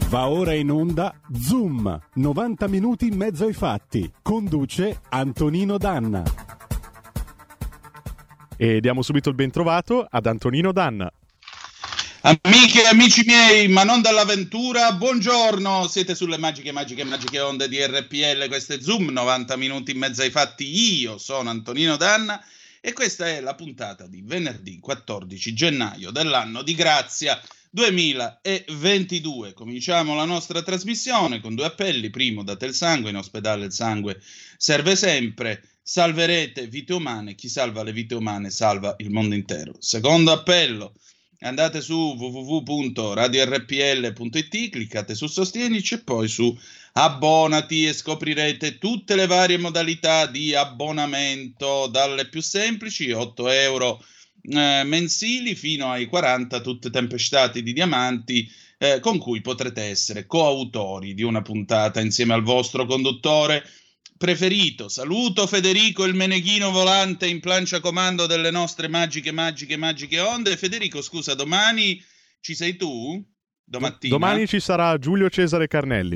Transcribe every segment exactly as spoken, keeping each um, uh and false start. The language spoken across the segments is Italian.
Va ora in onda Zoom, novanta minuti in mezzo ai fatti. Conduce Antonino Danna. E diamo subito il ben trovato ad Antonino Danna. Amiche e amici miei, ma non dall'avventura, buongiorno, siete sulle magiche, magiche, magiche onde di R P L, questo è Zoom, novanta minuti in mezzo ai fatti, io sono Antonino Danna e questa è la puntata di venerdì quattordici gennaio dell'anno di grazia duemilaventidue. Cominciamo la nostra trasmissione con due appelli. Primo, date il sangue, in ospedale il sangue serve sempre, salverete vite umane, chi salva le vite umane salva il mondo intero. Secondo appello, andate su w w w punto radio r p l punto i t, cliccate su Sostienici e poi su Abbonati e scoprirete tutte le varie modalità di abbonamento, dalle più semplici, otto euro eh, mensili, fino ai quaranta, tutte tempestate di diamanti, eh, con cui potrete essere coautori di una puntata insieme al vostro conduttore preferito. Saluto Federico il Meneghino volante in plancia comando delle nostre magiche, magiche, magiche onde. Federico, scusa, domani ci sei tu? Domattina? Domani ci sarà Giulio Cesare Carnelli.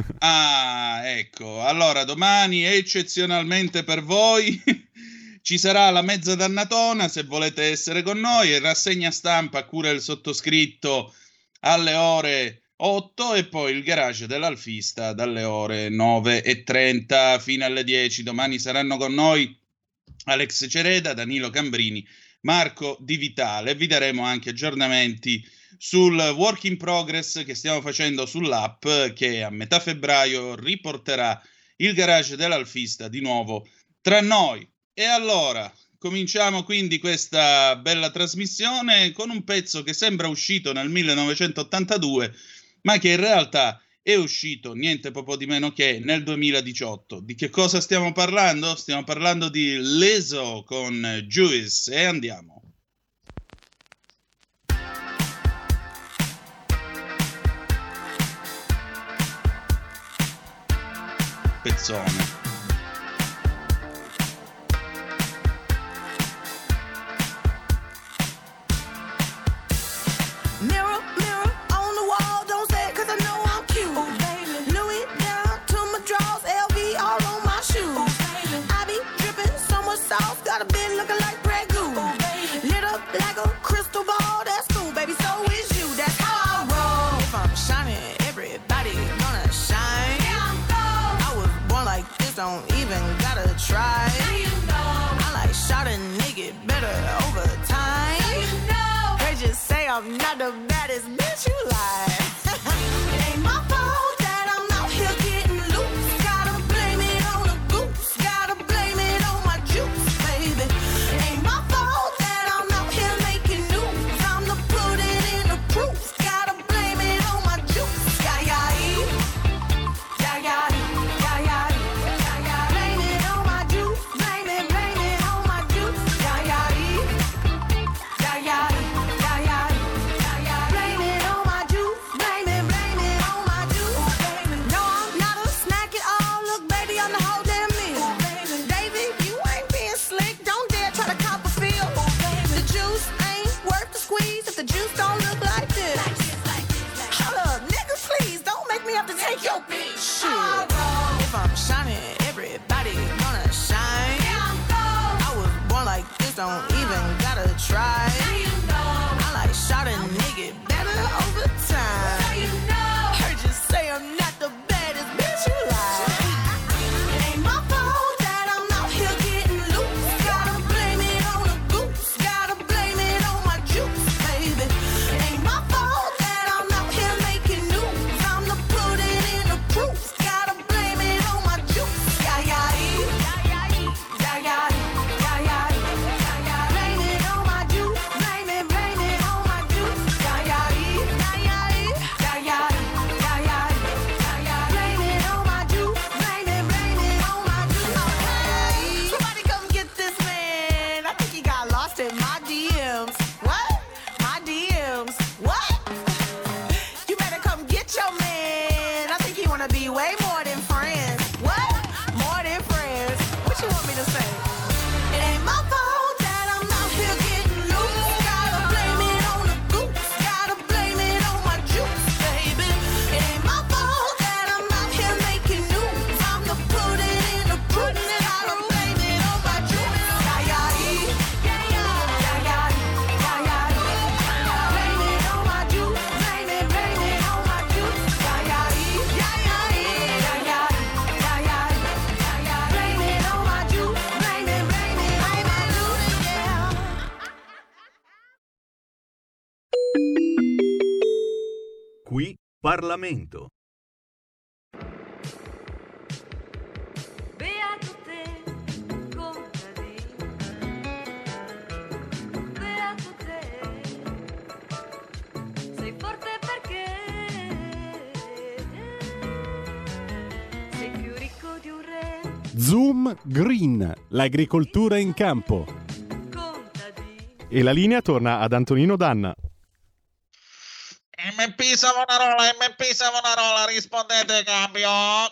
Ah, ecco. Allora, domani eccezionalmente per voi ci sarà la mezza dannatona, se volete essere con noi, e rassegna stampa a cura del sottoscritto alle ore otto e poi il garage dell'Alfista dalle ore nove e trenta fino alle dieci. Domani saranno con noi Alex Cereda, Danilo Cambrini, Marco Di Vitale. Vi daremo anche aggiornamenti sul work in progress che stiamo facendo sull'app, che a metà febbraio riporterà il garage dell'Alfista di nuovo tra noi. E allora cominciamo quindi questa bella trasmissione con un pezzo che sembra uscito nel millenovecentottantadue, ma che in realtà è uscito niente poco di meno che nel duemiladiciotto. Di che cosa stiamo parlando? Stiamo parlando di Lizzo con Juice, e andiamo. Pezzone. Don't even gotta try. You know. I like shot a nigga better over time. You know. They just say I'm not the baddest bitch you like. It ain't my fault that I'm out here getting loose. Gotta blame it on the goose. Gotta blame it on my juice, baby. It ain't my fault that I'm out here making news. I'm the put it in the proof. Gotta blame it on my juice. Yeah, yeah, yeah, yeah, yeah. Don't even gotta try. You know. I like shot a nigga better over time. You know. Heard you say I'm not the baddest bitch you like. It ain't my fault that I'm out here getting loose. Gotta blame it on the goose. Gotta blame it on my juice, baby. It ain't my fault that I'm out here making news. I'm the put it in the proof. Gotta blame it on my juice. Yeah, yeah, yeah, yeah, yeah, yeah, yeah. Qui Parlamento. Beato te, contadino, beato te, sei forte perché sei più ricco di un re. Zoom Green, l'agricoltura in campo. Contadino, E la linea torna ad Antonino Danna. M P Savonarola, M P Savonarola, rispondete cambio.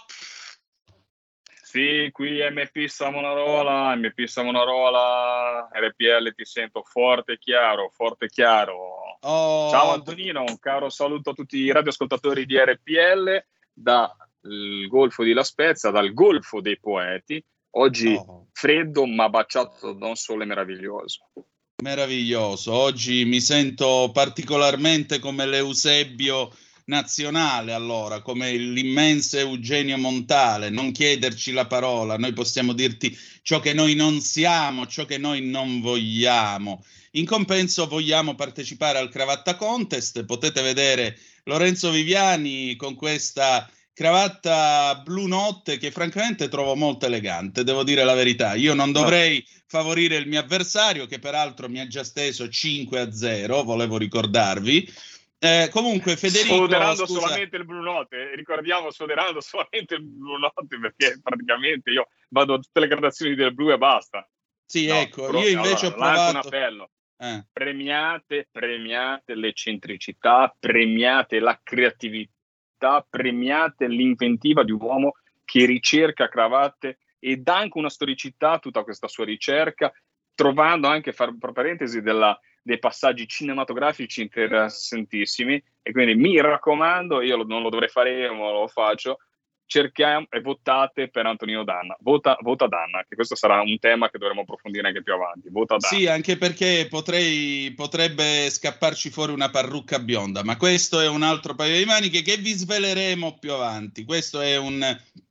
Sì, qui M P Savonarola, M P Savonarola, R P L, ti sento forte e chiaro, forte e chiaro. Oh, Ciao Antonino, un caro saluto a tutti i radioascoltatori di R P L dal Golfo di La Spezia, dal Golfo dei Poeti. Oggi Oh. freddo ma baciato da un sole meraviglioso. Meraviglioso, oggi mi sento particolarmente come l'Eusebio nazionale, allora, come l'immenso Eugenio Montale. Non chiederci la parola, noi possiamo dirti ciò che noi non siamo, ciò che noi non vogliamo. In compenso vogliamo partecipare al Cravatta Contest, potete vedere Lorenzo Viviani con questa cravatta blu notte che francamente trovo molto elegante, devo dire la verità. Io non dovrei favorire il mio avversario, che peraltro mi ha già steso cinque a zero, volevo ricordarvi. Eh, comunque Federico, Sfoderando scusa, solamente il blu notte, ricordiamo, sfoderando solamente il blu notte, perché praticamente io vado a tutte le gradazioni del blu e basta. sì, No, ecco, però, io invece allora, ho lancio provato... un appello. Eh. Premiate, premiate l'eccentricità, premiate la creatività, premiate l'inventiva di un uomo che ricerca cravatte e dà anche una storicità a tutta questa sua ricerca, trovando anche, far parentesi, della, dei passaggi cinematografici interessantissimi. E quindi mi raccomando, io lo, non lo dovrei fare, ma lo faccio, cerchiamo e votate per Antonino Danna. Vota, vota Danna, che questo sarà un tema che dovremo approfondire anche più avanti. Vota Danna. Sì, anche perché potrei, potrebbe scapparci fuori una parrucca bionda, ma questo è un altro paio di maniche che vi sveleremo più avanti. Questo è un,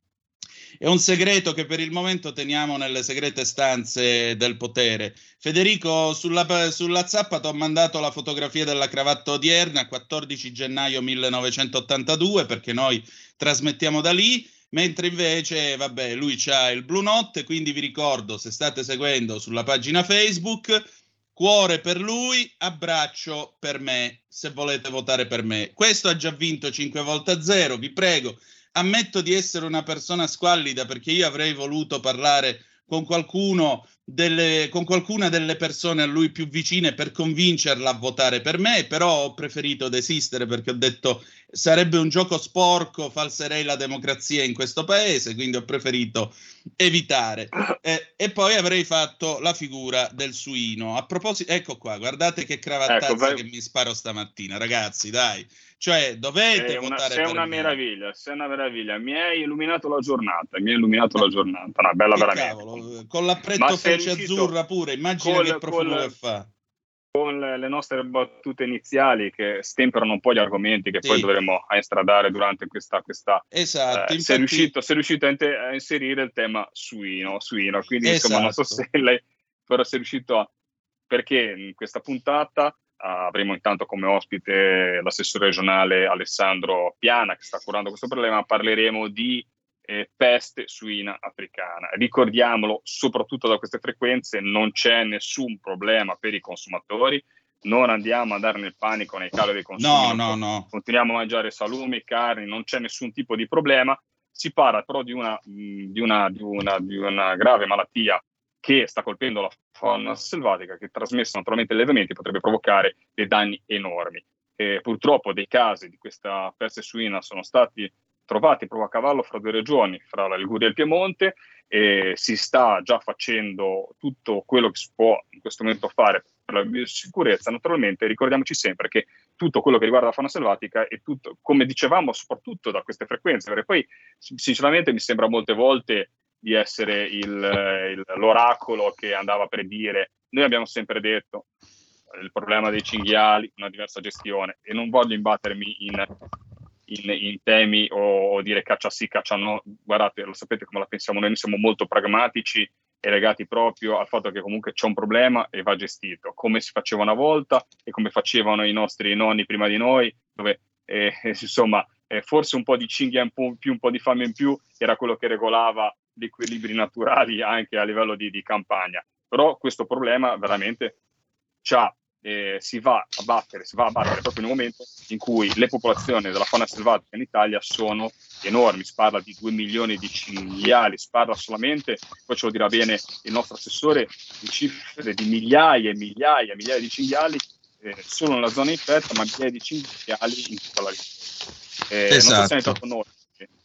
è un segreto che per il momento teniamo nelle segrete stanze del potere. Federico, sulla, sulla zappa ti ho mandato la fotografia della cravatta odierna, quattordici gennaio millenovecentottantadue, perché noi trasmettiamo da lì, mentre invece, vabbè, lui c'ha il blu notte, quindi vi ricordo, se state seguendo sulla pagina Facebook, cuore per lui, abbraccio per me, se volete votare per me. Questo ha già vinto cinque volte a zero, vi prego, ammetto di essere una persona squallida, perché io avrei voluto parlare con qualcuno delle, con qualcuna delle persone a lui più vicine per convincerla a votare per me, però ho preferito desistere perché ho detto sarebbe un gioco sporco, falserei la democrazia in questo paese, quindi ho preferito evitare. Eh, e poi avrei fatto la figura del suino. A proposito, ecco qua, guardate che cravattazza Ecco, vai... che mi sparo stamattina, ragazzi, dai. Cioè, dovete una, votare sei per una me. meraviglia, sei una meraviglia. Mi hai illuminato la giornata, mi hai illuminato la giornata, una bella Che veramente. cavolo, con l'appretto felce azzurra pure, immagina col, che profumo col, che fa. Con le, le nostre battute iniziali che stemperano un po' gli argomenti che Sì. poi dovremo estradare durante questa... questa esatto, eh, infatti... sei, riuscito, sei riuscito a, inte- a inserire il tema suino, suino. Quindi esatto. insomma non so se lei però sei riuscito a... Perché in questa puntata avremo intanto come ospite l'assessore regionale Alessandro Piana, che sta curando questo problema. Parleremo di eh, peste suina africana. Ricordiamolo, soprattutto da queste frequenze non c'è nessun problema per i consumatori, non andiamo a dare nel panico nei cali dei consumi, no, no, no. continuiamo a mangiare salumi, carni, non c'è nessun tipo di problema. Si parla però di una, di una, di una, di una grave malattia che sta colpendo la fauna selvatica, che trasmessa naturalmente lievemente potrebbe provocare dei danni enormi. E purtroppo dei casi di questa peste suina sono stati trovati proprio a cavallo fra due regioni, fra la Liguria e il Piemonte, e si sta già facendo tutto quello che si può in questo momento fare per la biosicurezza. Naturalmente ricordiamoci sempre che tutto quello che riguarda la fauna selvatica è tutto, come dicevamo, soprattutto da queste frequenze, perché poi sinceramente mi sembra molte volte di essere il, il, l'oracolo che andava a predire. Noi abbiamo sempre detto il problema dei cinghiali, una diversa gestione, e non voglio imbattermi in, in, in temi o, o dire caccia sì, caccia no. Guardate, lo sapete come la pensiamo noi, noi siamo molto pragmatici e legati proprio al fatto che comunque c'è un problema e va gestito, come si faceva una volta e come facevano i nostri nonni prima di noi, dove eh, insomma, eh, forse un po' di cinghia in più, un po' di fame in più, era quello che regolava gli equilibri naturali anche a livello di, di campagna. Però questo problema veramente c'ha, eh, si va a battere, si va a battere proprio in un momento in cui le popolazioni della fauna selvatica in Italia sono enormi, si parla di due milioni di cinghiali, si parla solamente, poi ce lo dirà bene il nostro assessore, di cifre di migliaia e migliaia e migliaia di cinghiali eh, solo nella zona infetta, ma migliaia di cinghiali in tutta la lista. Eh, esatto. Non so se ne con noi.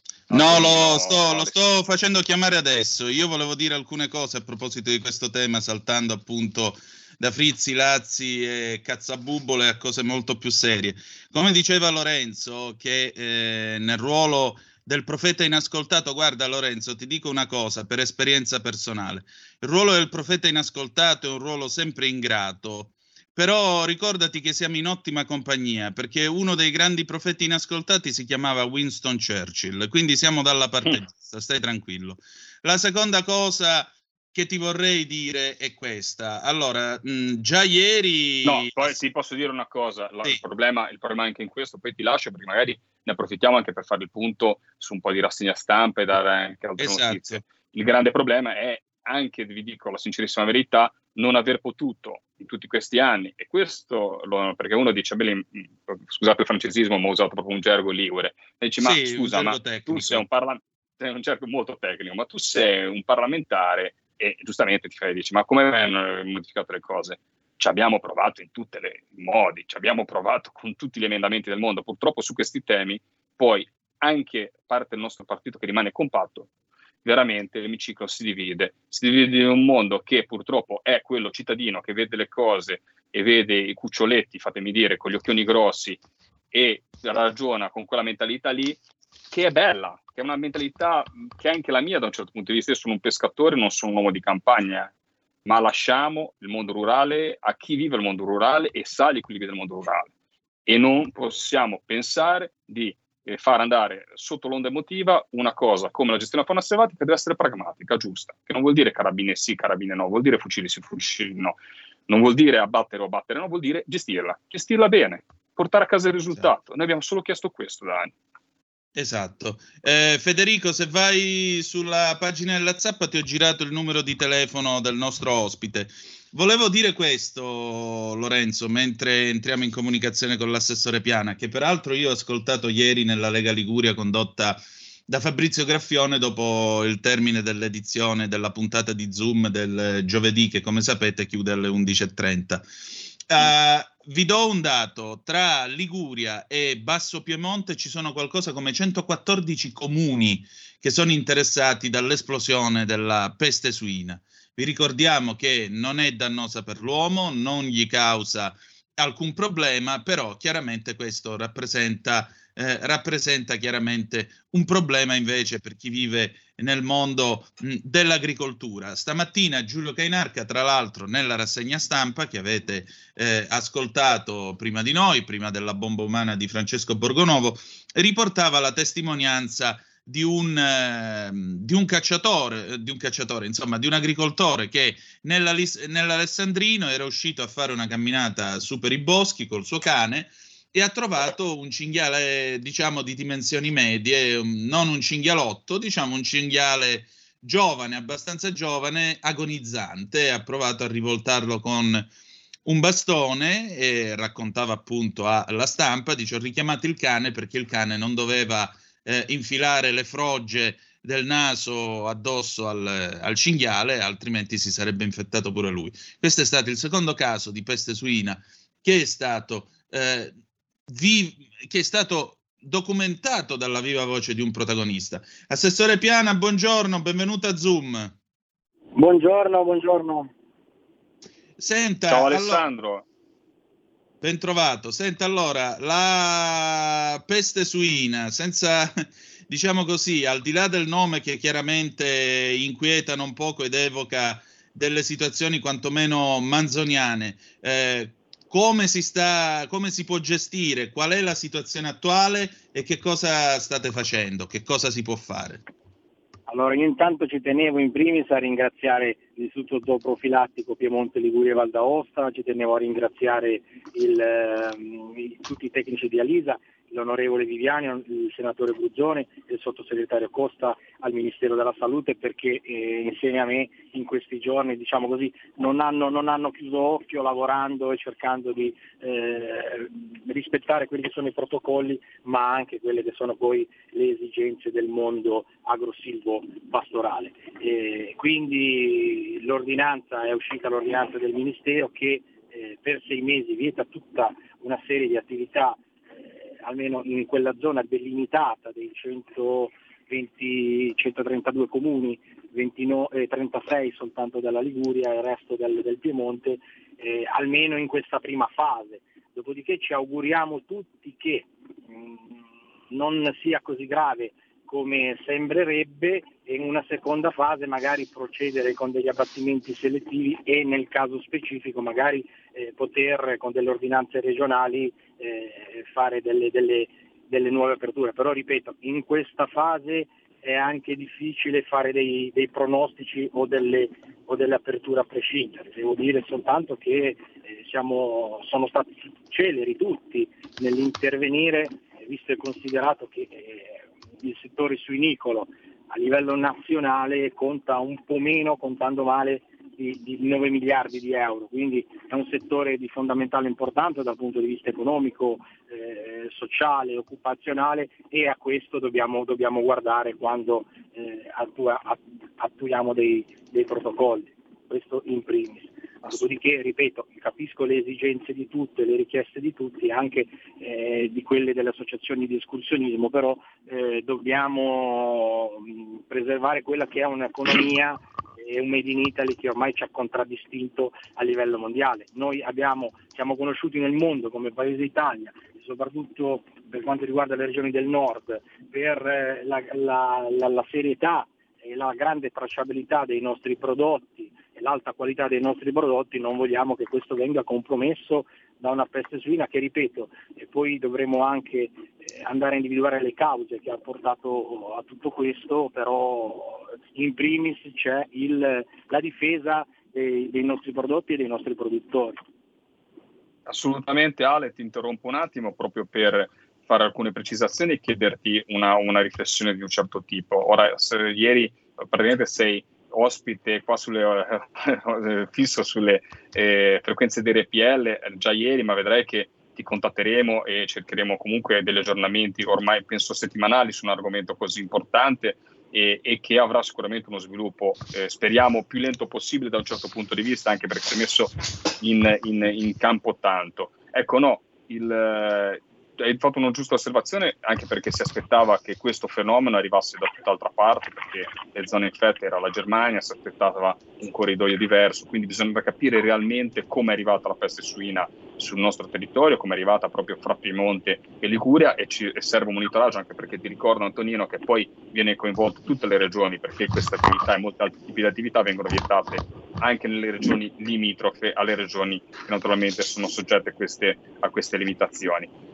No, lo sto, lo sto facendo chiamare adesso. Io volevo dire alcune cose a proposito di questo tema, saltando appunto da frizzi, lazzi e cazzabubbole a cose molto più serie. Come diceva Lorenzo, che eh, nel ruolo del profeta inascoltato, guarda Lorenzo, ti dico una cosa per esperienza personale, il ruolo del profeta inascoltato è un ruolo sempre ingrato, però ricordati che siamo in ottima compagnia, perché uno dei grandi profeti inascoltati si chiamava Winston Churchill, quindi siamo dalla parte giusta, stai tranquillo. La seconda cosa che ti vorrei dire è questa. Allora, mh, già ieri... No, poi ti posso dire una cosa, la, sì. il, problema, il problema anche in questo, poi ti lascio perché magari ne approfittiamo anche per fare il punto su un po' di rassegna stampa e dare anche altre esatto. notizie. Il grande problema è anche, vi dico la sincerissima verità, non aver potuto in tutti questi anni, e questo lo, perché uno dice, beh, scusate il francesismo, ma ho usato proprio un gergo ligure, e dice, ma sì, scusa, ma tecnico. tu sei un parlamentare, un gergo molto tecnico, ma tu sei un parlamentare, e giustamente ti fai, dici, ma come hanno modificato le cose? Ci abbiamo provato in tutti i modi, ci abbiamo provato con tutti gli emendamenti del mondo, purtroppo su questi temi, poi anche parte del nostro partito che rimane compatto, veramente l'emiciclo si divide, si divide in un mondo che purtroppo è quello cittadino che vede le cose e vede i cuccioletti, fatemi dire, con gli occhioni grossi e ragiona con quella mentalità lì, che è bella, che è una mentalità che è anche la mia da un certo punto di vista. Io sono un pescatore, non sono un uomo di campagna, ma lasciamo il mondo rurale a chi vive il mondo rurale e sa gli equilibri del mondo rurale, e non possiamo pensare di far andare sotto l'onda emotiva una cosa come la gestione della fauna selvatica, deve essere pragmatica, giusta, che non vuol dire carabine sì, carabine no, vuol dire fucili sì, fucili no, non vuol dire abbattere o abbattere no, vuol dire gestirla, gestirla bene, portare a casa il risultato. Noi abbiamo solo chiesto questo da anni. Esatto. Eh, Federico, se vai sulla pagina della Zappa ti ho girato il numero di telefono del nostro ospite. Volevo dire questo, Lorenzo, mentre entriamo in comunicazione con l'assessore Piana, che peraltro io ho ascoltato ieri nella Lega Liguria condotta da Fabrizio Graffione dopo il termine dell'edizione della puntata di Zoom del giovedì, che come sapete chiude alle undici e trenta. Uh, vi do un dato: tra Liguria e Basso Piemonte ci sono qualcosa come centoquattordici comuni che sono interessati dall'esplosione della peste suina. Vi ricordiamo che non è dannosa per l'uomo, non gli causa alcun problema, però chiaramente questo rappresenta, eh, rappresenta chiaramente un problema invece per chi vive nel mondo mh, dell'agricoltura. Stamattina Giulio Cainarca, tra l'altro, nella rassegna stampa che avete eh, ascoltato prima di noi, prima della bomba umana di Francesco Borgonovo, riportava la testimonianza di un, eh, di un cacciatore, di un cacciatore, insomma, di un agricoltore che nella, nell'Alessandrino era uscito a fare una camminata su per i boschi col suo cane e ha trovato un cinghiale, diciamo, di dimensioni medie, non un cinghialotto, diciamo un cinghiale giovane, abbastanza giovane, agonizzante. Ha provato a rivoltarlo con un bastone e raccontava appunto alla stampa, dice: ho richiamato il cane perché il cane non doveva eh, infilare le frogge del naso addosso al, al cinghiale, altrimenti si sarebbe infettato pure lui. Questo è stato il secondo caso di peste suina che è stato eh, vi, che è stato documentato dalla viva voce di un protagonista. Assessore Piana, buongiorno, benvenuto a Zoom. Buongiorno, buongiorno. Senta, ciao Alessandro. Allora, ben trovato. Senta, allora, la peste suina, senza, diciamo così, al di là del nome che chiaramente inquieta non poco ed evoca delle situazioni quantomeno manzoniane, eh, come si sta, come si può gestire, qual è la situazione attuale e che cosa state facendo, che cosa si può fare? Allora, io intanto ci tenevo in primis a ringraziare l'Istituto Zooprofilattico Piemonte Liguria Val d'Aosta, ci tenevo a ringraziare il, eh, tutti i tecnici di Alisa, l'onorevole Viviani, il senatore Bruzzone e il sottosegretario Costa al Ministero della Salute, perché eh, insieme a me in questi giorni, diciamo così, non hanno, non hanno chiuso occhio lavorando e cercando di eh, rispettare quelli che sono i protocolli, ma anche quelle che sono poi le esigenze del mondo agrosilvo pastorale. Eh, quindi l'ordinanza è uscita l'ordinanza del Ministero che eh, per sei mesi vieta tutta una serie di attività almeno in quella zona delimitata dei centoventi, centotrentadue comuni, ventinove, eh, trentasei soltanto della Liguria e il resto del, del Piemonte, eh, almeno in questa prima fase. Dopodiché ci auguriamo tutti che mh, non sia così grave come sembrerebbe, e in una seconda fase magari procedere con degli abbattimenti selettivi e nel caso specifico magari eh, poter con delle ordinanze regionali eh, fare delle, delle, delle nuove aperture. Però ripeto, in questa fase è anche difficile fare dei, dei pronostici o delle, o delle aperture a prescindere. Devo dire soltanto che eh, siamo, sono stati celeri tutti nell'intervenire, visto e considerato che eh, il settore suinicolo a livello nazionale conta un po' meno, contando male, di, di nove miliardi di euro, quindi è un settore di fondamentale importanza dal punto di vista economico, eh, sociale, occupazionale, e a questo dobbiamo, dobbiamo guardare quando eh, attua, attuiamo dei, dei protocolli, questo in primis. Dopodiché, ripeto, capisco le esigenze di tutte, le richieste di tutti, anche eh, di quelle delle associazioni di escursionismo, però eh, dobbiamo mh, preservare quella che è un'economia e un Made in Italy che ormai ci ha contraddistinto a livello mondiale. Noi abbiamo, siamo conosciuti nel mondo come Paese Italia, soprattutto per quanto riguarda le regioni del nord, per eh, la, la, la, la serietà e la grande tracciabilità dei nostri prodotti e l'alta qualità dei nostri prodotti. Non vogliamo che questo venga compromesso da una peste suina che, ripeto, e poi dovremo anche eh, andare a individuare le cause che ha portato a tutto questo, però in primis c'è il, la difesa dei, dei nostri prodotti e dei nostri produttori. Assolutamente, Ale, ti interrompo un attimo proprio per fare alcune precisazioni e chiederti una, una riflessione di un certo tipo. Ora, se ieri praticamente sei ospite qua sulle eh, fisso sulle eh, frequenze di R P L eh, già ieri, ma vedrai che ti contatteremo e cercheremo comunque degli aggiornamenti ormai penso settimanali su un argomento così importante e, e che avrà sicuramente uno sviluppo eh, speriamo più lento possibile da un certo punto di vista, anche perché si è messo in, in, in campo tanto. Ecco, no, il hai fatto una giusta osservazione, anche perché si aspettava che questo fenomeno arrivasse da tutt'altra parte, perché le zone infette era la Germania, si aspettava un corridoio diverso, quindi bisogna capire realmente come è arrivata la peste suina sul nostro territorio, come è arrivata proprio fra Piemonte e Liguria, e, ci, e serve un monitoraggio, anche perché ti ricordo, Antonino, che poi viene coinvolto tutte le regioni, perché queste attività e molti altri tipi di attività vengono vietate anche nelle regioni limitrofe alle regioni che naturalmente sono soggette a queste, a queste limitazioni.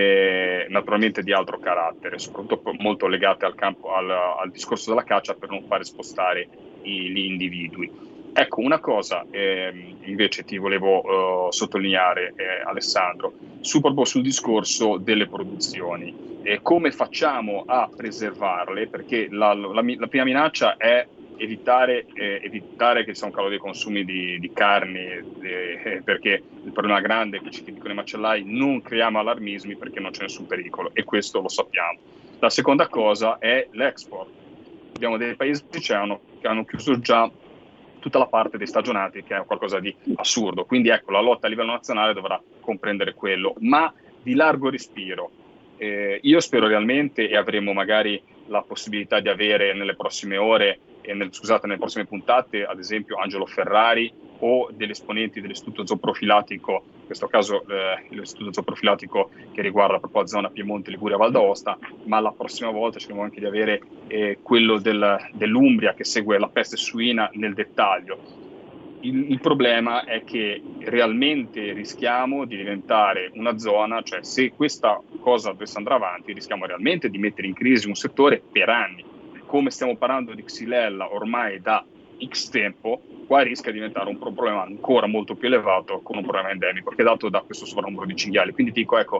E naturalmente di altro carattere, soprattutto molto legate al campo, al, al discorso della caccia, per non fare spostare i, gli individui. Ecco, una cosa eh, invece ti volevo uh, sottolineare, eh, Alessandro, su, proprio sul discorso delle produzioni e come facciamo a preservarle, perché la, la, la prima minaccia è evitare, eh, evitare che sia un calo dei consumi di, di carni, eh, perché il problema grande che ci dicono i macellai: non creiamo allarmismi perché non c'è nessun pericolo, e questo lo sappiamo. La seconda cosa è l'export. Abbiamo dei paesi che hanno, che hanno chiuso già tutta la parte dei stagionati, che è qualcosa di assurdo, quindi ecco, la lotta a livello nazionale dovrà comprendere quello, ma di largo respiro. Eh, io spero realmente, e avremo magari la possibilità di avere nelle prossime ore e nel, scusate, nelle prossime puntate, ad esempio Angelo Ferrari o degli esponenti dell'Istituto Zooprofilatico, in questo caso eh, l'Istituto Zooprofilatico che riguarda proprio la zona Piemonte, Liguria, Val d'Aosta, ma la prossima volta cerchiamo anche di avere eh, quello del, dell'Umbria, che segue la peste suina nel dettaglio. Il, il problema è che realmente rischiamo di diventare una zona, cioè se questa cosa dovesse andare avanti, rischiamo realmente di mettere in crisi un settore per anni. Come stiamo parlando di Xylella ormai da X tempo, qua rischia di diventare un problema ancora molto più elevato, con un problema endemico che è dato da questo sovrannumero di cinghiali. Quindi dico, ecco,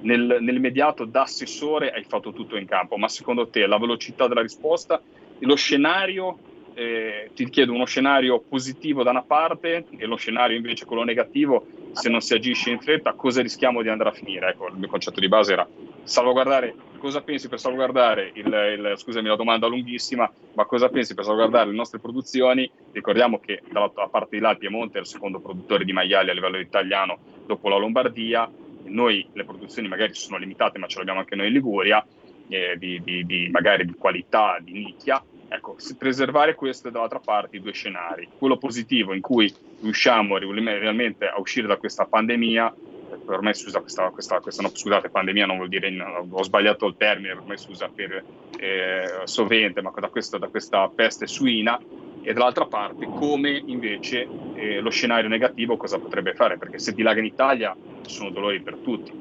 nel, nell'immediato da assessore hai fatto tutto in campo, ma secondo te la velocità della risposta, lo scenario, eh, ti chiedo uno scenario positivo da una parte e lo scenario invece quello negativo, se non si agisce in fretta cosa rischiamo di andare a finire? Ecco, il mio concetto di base era salvaguardare, cosa pensi per salvaguardare il, il scusami la domanda lunghissima, ma cosa pensi per salvaguardare le nostre produzioni? Ricordiamo che dalla parte di là il Piemonte è il secondo produttore di maiali a livello italiano dopo la Lombardia. Noi le produzioni magari sono limitate, ma ce l'abbiamo anche noi in Liguria, eh, di, di, di magari di qualità, di nicchia. Ecco, preservare questo e dall'altra parte i due scenari. Quello positivo in cui riusciamo realmente a uscire da questa pandemia, per me scusa questa, questa, questa no, scusate, pandemia non vuol dire, no, ho sbagliato il termine, per me scusa per eh, sovente, ma da questa, da questa peste suina, e dall'altra parte come invece eh, lo scenario negativo cosa potrebbe fare, perché se dilaga in Italia ci sono dolori per tutti.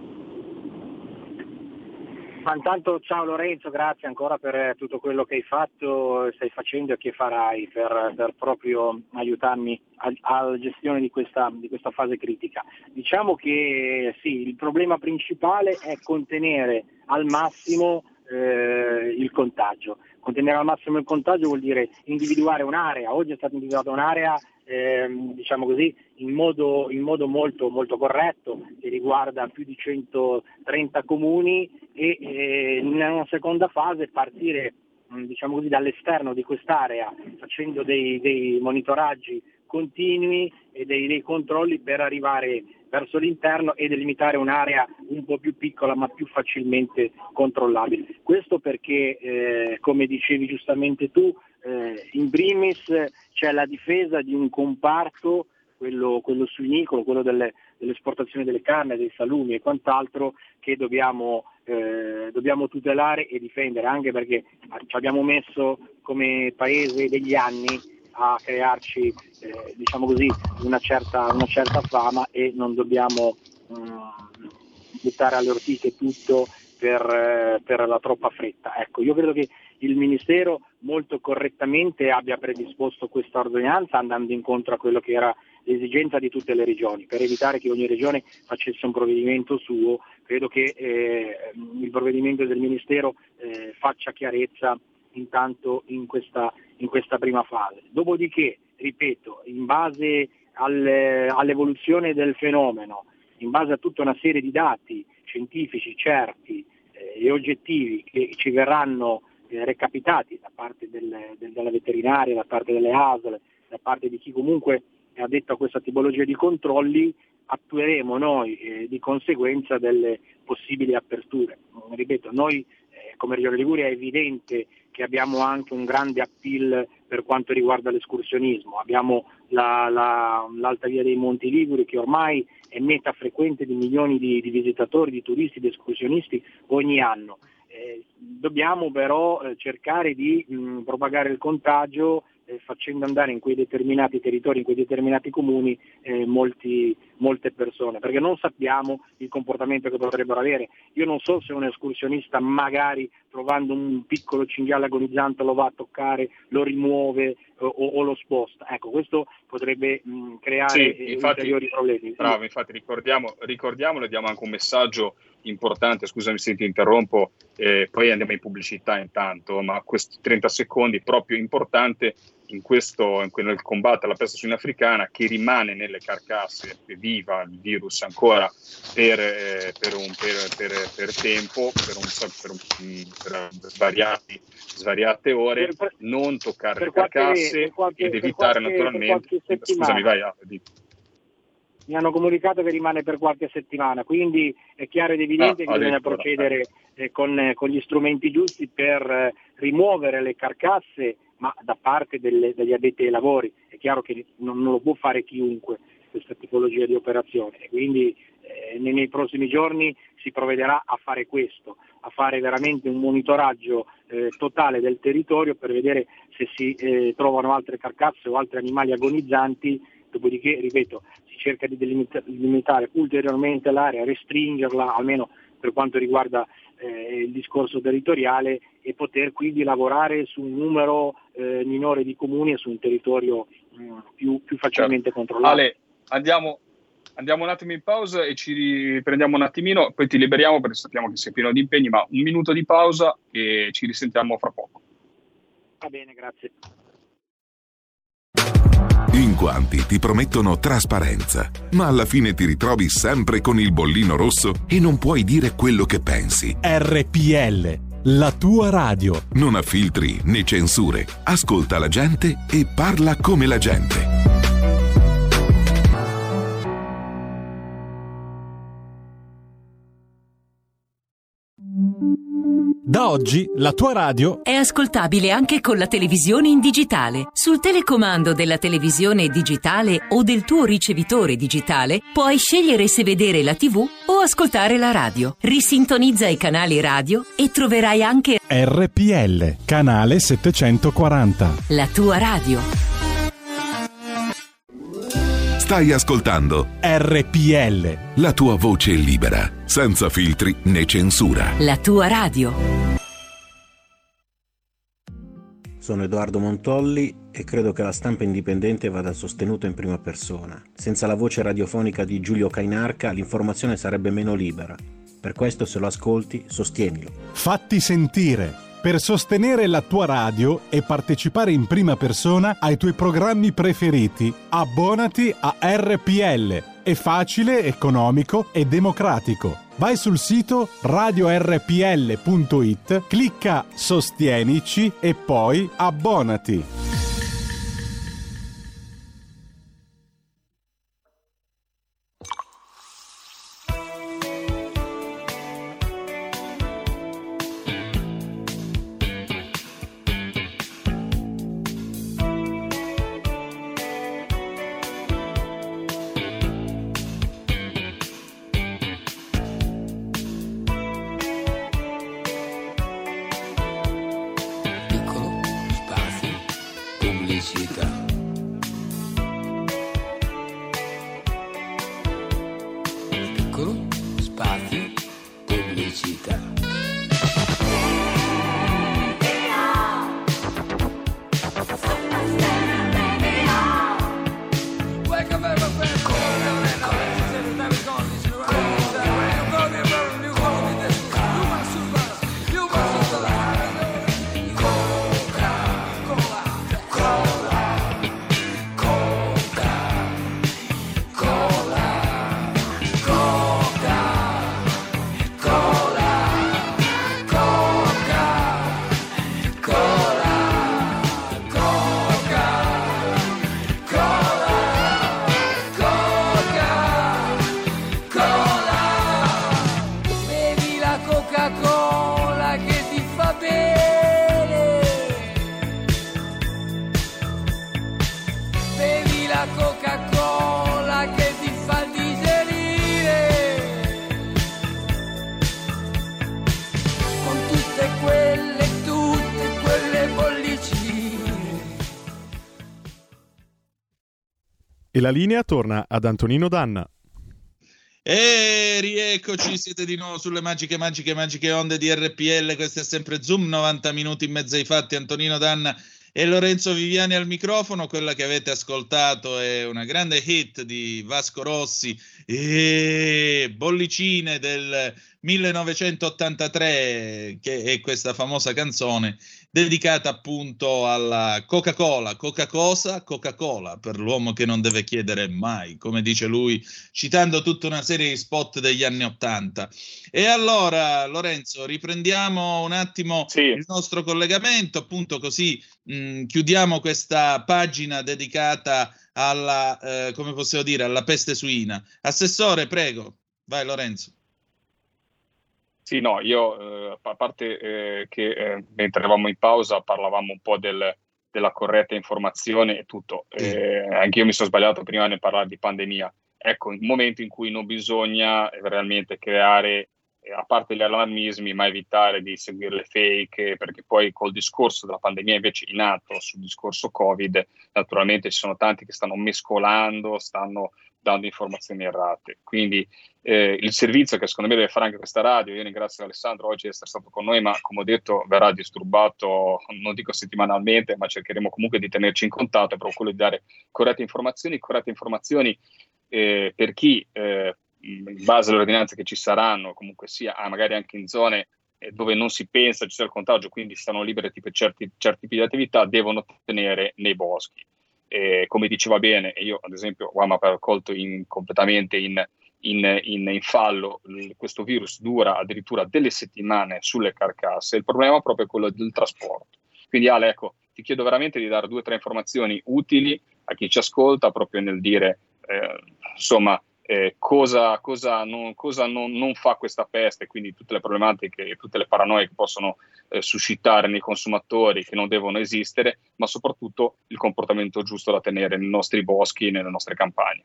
Ma intanto ciao Lorenzo, grazie ancora per tutto quello che hai fatto, stai facendo e che farai per, per proprio aiutarmi alla gestione di questa, di questa fase critica. Diciamo che sì, il problema principale è contenere al massimo eh, il contagio. Contenere al massimo il contagio vuol dire individuare un'area. Oggi è stata individuata un'area eh, diciamo così in modo, in modo molto, molto corretto, che riguarda più di centotrenta comuni e eh, in una seconda fase partire diciamo così dall'esterno di quest'area facendo dei, dei monitoraggi continui e dei, dei controlli per arrivare verso l'interno e delimitare un'area un po' più piccola ma più facilmente controllabile. Questo perché, eh, come dicevi giustamente tu, eh, in primis c'è la difesa di un comparto, quello, quello suinicolo, quello delle, dell'esportazione delle carni, dei salumi e quant'altro, che dobbiamo, eh, dobbiamo tutelare e difendere, anche perché ci abbiamo messo come paese degli anni a crearci eh, diciamo così una certa, una certa fama e non dobbiamo um, buttare alle ortiche tutto per, eh, per la troppa fretta. Ecco, io credo che il Ministero molto correttamente abbia predisposto questa ordinanza andando incontro a quello che era l'esigenza di tutte le regioni, per evitare che ogni regione facesse un provvedimento suo. Credo che eh, il provvedimento del Ministero eh, faccia chiarezza intanto in questa, in questa prima fase. Dopodiché, ripeto, in base al, all'evoluzione del fenomeno, in base a tutta una serie di dati scientifici certi eh, e oggettivi che ci verranno eh, recapitati da parte del, del, della veterinaria, da parte delle A S L, da parte di chi comunque è addetto a questa tipologia di controlli, attueremo noi eh, di conseguenza delle possibili aperture. Ripeto, noi eh, come Regione Liguria è evidente che abbiamo anche un grande appeal per quanto riguarda l'escursionismo. Abbiamo la, la, l'Alta Via dei Monti Liguri, che ormai è meta frequente di milioni di, di visitatori, di turisti, di escursionisti ogni anno. Eh, dobbiamo però eh, cercare di mh, propagare il contagio eh, facendo andare in quei determinati territori, in quei determinati comuni eh, molti, molte persone, perché non sappiamo il comportamento che potrebbero avere. Io non so se un escursionista magari trovando un piccolo cinghiale agonizzante lo va a toccare, lo rimuove o, o lo sposta. Ecco, questo potrebbe mh, creare sì, infatti, ulteriori problemi. Bravo, infatti ricordiamo, ricordiamolo e diamo anche un messaggio importante, scusami se ti interrompo, eh, poi andiamo in pubblicità intanto, ma questi trenta secondi proprio importante in questo, in, nel combattere la peste suina africana, che rimane nelle carcasse viva il virus ancora per, eh, per, un, per, per, per tempo, per, un, per, un, per svariati, svariate ore, per, non toccare le carcasse qualche, ed evitare qualche, naturalmente, scusami vai a di. Mi hanno comunicato che rimane per qualche settimana, quindi è chiaro ed evidente ah, che bisogna procedere eh, con, eh, con gli strumenti giusti per eh, rimuovere le carcasse, ma da parte delle, degli addetti ai lavori. È chiaro che non, non lo può fare chiunque questa tipologia di operazione, e quindi eh, nei, nei prossimi giorni si provvederà a fare questo, a fare veramente un monitoraggio eh, totale del territorio per vedere se si eh, trovano altre carcasse o altri animali agonizzanti. Dopodiché, ripeto, si cerca di delimitare ulteriormente l'area, restringerla, almeno per quanto riguarda eh, il discorso territoriale, e poter quindi lavorare su un numero eh, minore di comuni e su un territorio mh, più, più facilmente certo. controllato. Ale, andiamo, andiamo un attimo in pausa e ci riprendiamo un attimino, poi ti liberiamo perché sappiamo che sei pieno di impegni, ma un minuto di pausa e ci risentiamo fra poco. Va bene, grazie. In quanti ti promettono trasparenza, ma alla fine ti ritrovi sempre con il bollino rosso e non puoi dire quello che pensi. R P L, la tua radio. Non ha filtri né censure. Ascolta la gente e parla come la gente. Da oggi la tua radio è ascoltabile anche con la televisione in digitale. Sul telecomando della televisione digitale o del tuo ricevitore digitale puoi scegliere se vedere la tivù o ascoltare la radio. Risintonizza i canali radio e troverai anche R P L, canale settecentoquaranta. La tua radio. Stai ascoltando R P L, la tua voce libera, senza filtri né censura. La tua radio. Sono Edoardo Montolli e credo che la stampa indipendente vada sostenuta in prima persona. Senza la voce radiofonica di Giulio Cainarca l'informazione sarebbe meno libera. Per questo, se lo ascolti, sostienilo. Fatti sentire. Per sostenere la tua radio e partecipare in prima persona ai tuoi programmi preferiti, abbonati a R P L. È facile, economico e democratico. Vai sul sito radio r p l punto i t, clicca Sostienici e poi abbonati. E la linea torna ad Antonino Danna. E rieccoci, siete di nuovo sulle magiche, magiche, magiche onde di R P L. Questo è sempre Zoom, novanta minuti in mezzo ai fatti. Antonino Danna e Lorenzo Viviani al microfono. Quella che avete ascoltato è una grande hit di Vasco Rossi e Bollicine del millenovecentottantatré, che è questa famosa canzone dedicata appunto alla Coca-Cola, Coca-Cosa, Coca-Cola, per l'uomo che non deve chiedere mai, come dice lui, citando tutta una serie di spot degli anni Ottanta. E allora, Lorenzo, riprendiamo un attimo sì. il nostro collegamento, appunto così mh, chiudiamo questa pagina dedicata alla, eh, come possiamo dire, alla peste suina. Assessore, prego, vai Lorenzo. Sì, no, io eh, a parte eh, che eh, mentre eravamo in pausa parlavamo un po' del, della corretta informazione e tutto, eh, anche io mi sono sbagliato prima nel parlare di pandemia. Ecco, il momento in cui non bisogna realmente creare, eh, a parte gli allarmismi, ma evitare di seguire le fake, perché poi col discorso della pandemia invece in atto, sul discorso Covid, naturalmente ci sono tanti che stanno mescolando, stanno dando informazioni errate. Quindi eh, il servizio che secondo me deve fare anche questa radio, io ringrazio Alessandro oggi di essere stato con noi, ma come ho detto verrà disturbato, non dico settimanalmente, ma cercheremo comunque di tenerci in contatto, è proprio quello di dare corrette informazioni, corrette informazioni eh, per chi eh, in base alle ordinanze che ci saranno, comunque sia, ah, magari anche in zone eh, dove non si pensa ci sia il contagio, quindi stanno libere per certi, certi tipi di attività, devono tenere nei boschi. Eh, come diceva bene, e io ad esempio ho colto in, completamente in, in, in, in fallo, questo virus dura addirittura delle settimane sulle carcasse, il problema è proprio quello del trasporto. Quindi Ale, ecco, ti chiedo veramente di dare due o tre informazioni utili a chi ci ascolta, proprio nel dire eh, insomma eh, cosa, cosa, non, cosa non, non fa questa peste, quindi tutte le problematiche e tutte le paranoie che possono eh, suscitare nei consumatori, che non devono esistere, ma soprattutto il comportamento giusto da tenere nei nostri boschi e nelle nostre campagne.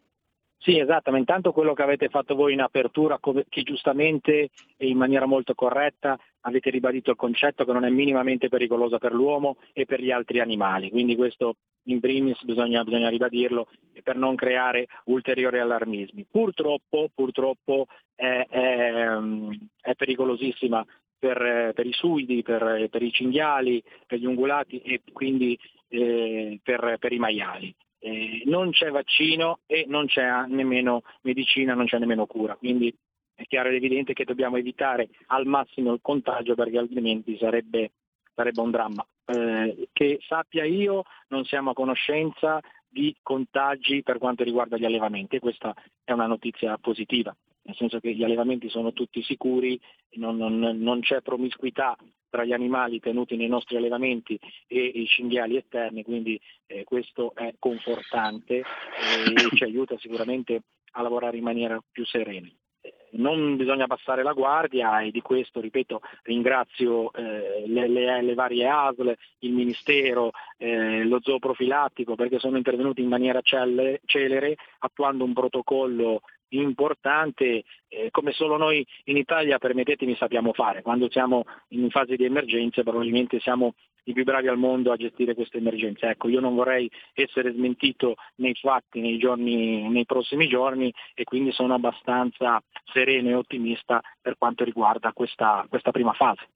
Sì, esatto, ma intanto quello che avete fatto voi in apertura, che giustamente e in maniera molto corretta avete ribadito il concetto che non è minimamente pericolosa per l'uomo e per gli altri animali, quindi questo in primis bisogna, bisogna ribadirlo per non creare ulteriori allarmismi. Purtroppo, purtroppo è, è, è pericolosissima per, per i suidi, per, per i cinghiali, per gli ungulati e quindi eh, per, per i maiali. Eh, non c'è vaccino e non c'è nemmeno medicina, non c'è nemmeno cura, quindi è chiaro ed evidente che dobbiamo evitare al massimo il contagio, perché altrimenti sarebbe, sarebbe un dramma. Eh, che sappia io non siamo a conoscenza di contagi per quanto riguarda gli allevamenti, e questa è una notizia positiva, nel senso che gli allevamenti sono tutti sicuri, non, non, non c'è promiscuità tra gli animali tenuti nei nostri allevamenti e i cinghiali esterni, quindi eh, questo è confortante e ci aiuta sicuramente a lavorare in maniera più serena. Non bisogna passare la guardia e di questo, ripeto, ringrazio eh, le, le, le varie A S L, il Ministero, eh, lo zooprofilattico, perché sono intervenuti in maniera celle, celere attuando un protocollo importante eh, come solo noi in Italia, permettetemi, sappiamo fare. Quando siamo in fase di emergenze probabilmente siamo i più bravi al mondo a gestire queste emergenze. Ecco, io non vorrei essere smentito nei fatti nei giorni, nei prossimi giorni, e quindi sono abbastanza sereno e ottimista per quanto riguarda questa, questa prima fase.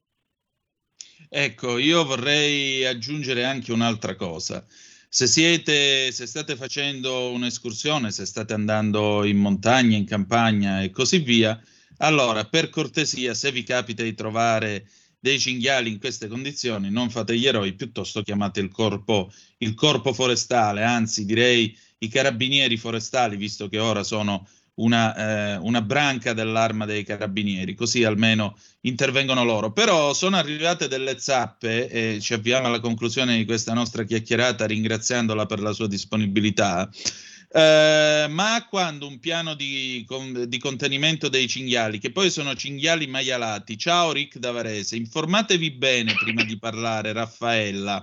Ecco, io vorrei aggiungere anche un'altra cosa. Se siete, se state facendo un'escursione, se state andando in montagna, in campagna e così via, allora per cortesia, se vi capita di trovare dei cinghiali in queste condizioni, non fate gli eroi, piuttosto chiamate il corpo, il corpo forestale, anzi direi i carabinieri forestali, visto che ora sono una, eh, una branca dell'arma dei carabinieri, così almeno intervengono loro. Però sono arrivate delle zappe e ci avviamo alla conclusione di questa nostra chiacchierata ringraziandola per la sua disponibilità. Eh, ma quando un piano di, con, di contenimento dei cinghiali, che poi sono cinghiali maialati, ciao Rick da Varese, informatevi bene prima di parlare, Raffaella.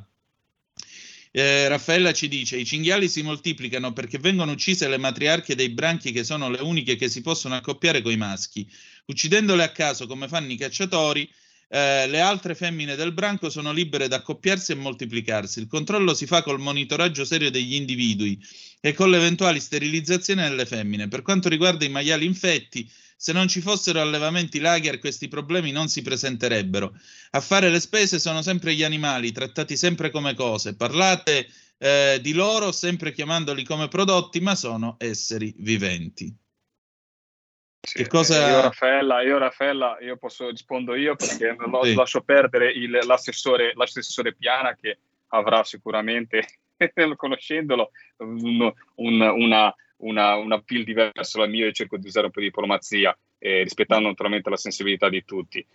Eh, Raffaella ci dice: i cinghiali si moltiplicano perché vengono uccise le matriarche dei branchi, che sono le uniche che si possono accoppiare coi maschi. Uccidendole a caso come fanno i cacciatori, eh, le altre femmine del branco sono libere da accoppiarsi e moltiplicarsi. Il controllo si fa col monitoraggio serio degli individui e con l'eventuale sterilizzazione delle femmine. Per quanto riguarda i maiali infetti, se non ci fossero allevamenti lager, questi problemi non si presenterebbero. A fare le spese sono sempre gli animali, trattati sempre come cose. Parlate eh, di loro sempre chiamandoli come prodotti, ma sono esseri viventi. Sì, che cosa... Io Raffaella, io Raffaella, io posso rispondo io perché lo, sì. lascio perdere il, l'assessore, l'assessore Piana, che avrà sicuramente, conoscendolo, un, un, una... una, una appeal diverso dal mio, e cerco di usare un po' di diplomazia, eh, rispettando naturalmente la sensibilità di tutti.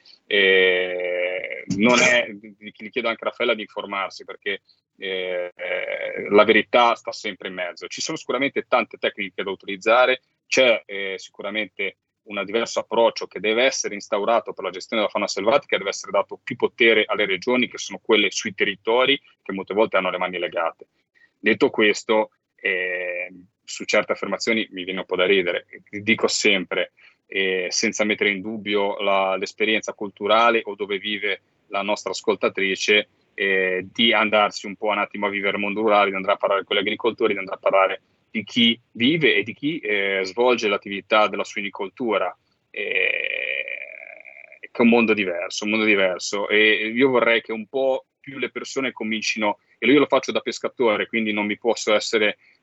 Eh, non è, gli chiedo anche a Raffaella di informarsi, perché eh, la verità sta sempre in mezzo. Ci sono sicuramente tante tecniche da utilizzare, c'è eh, sicuramente un diverso approccio che deve essere instaurato per la gestione della fauna selvatica, deve essere dato più potere alle regioni, che sono quelle sui territori, che molte volte hanno le mani legate. Detto questo, eh, su certe affermazioni mi viene un po' da ridere. Dico sempre, eh, senza mettere in dubbio la, l'esperienza culturale o dove vive la nostra ascoltatrice, eh, di andarsi un po' un attimo a vivere il mondo rurale, di andare a parlare con gli agricoltori, di andare a parlare di chi vive e di chi eh, svolge l'attività della suinicoltura, eh, che è un mondo diverso, un mondo diverso. E io vorrei che un po' più le persone comincino, e io lo faccio da pescatore, quindi non mi posso essere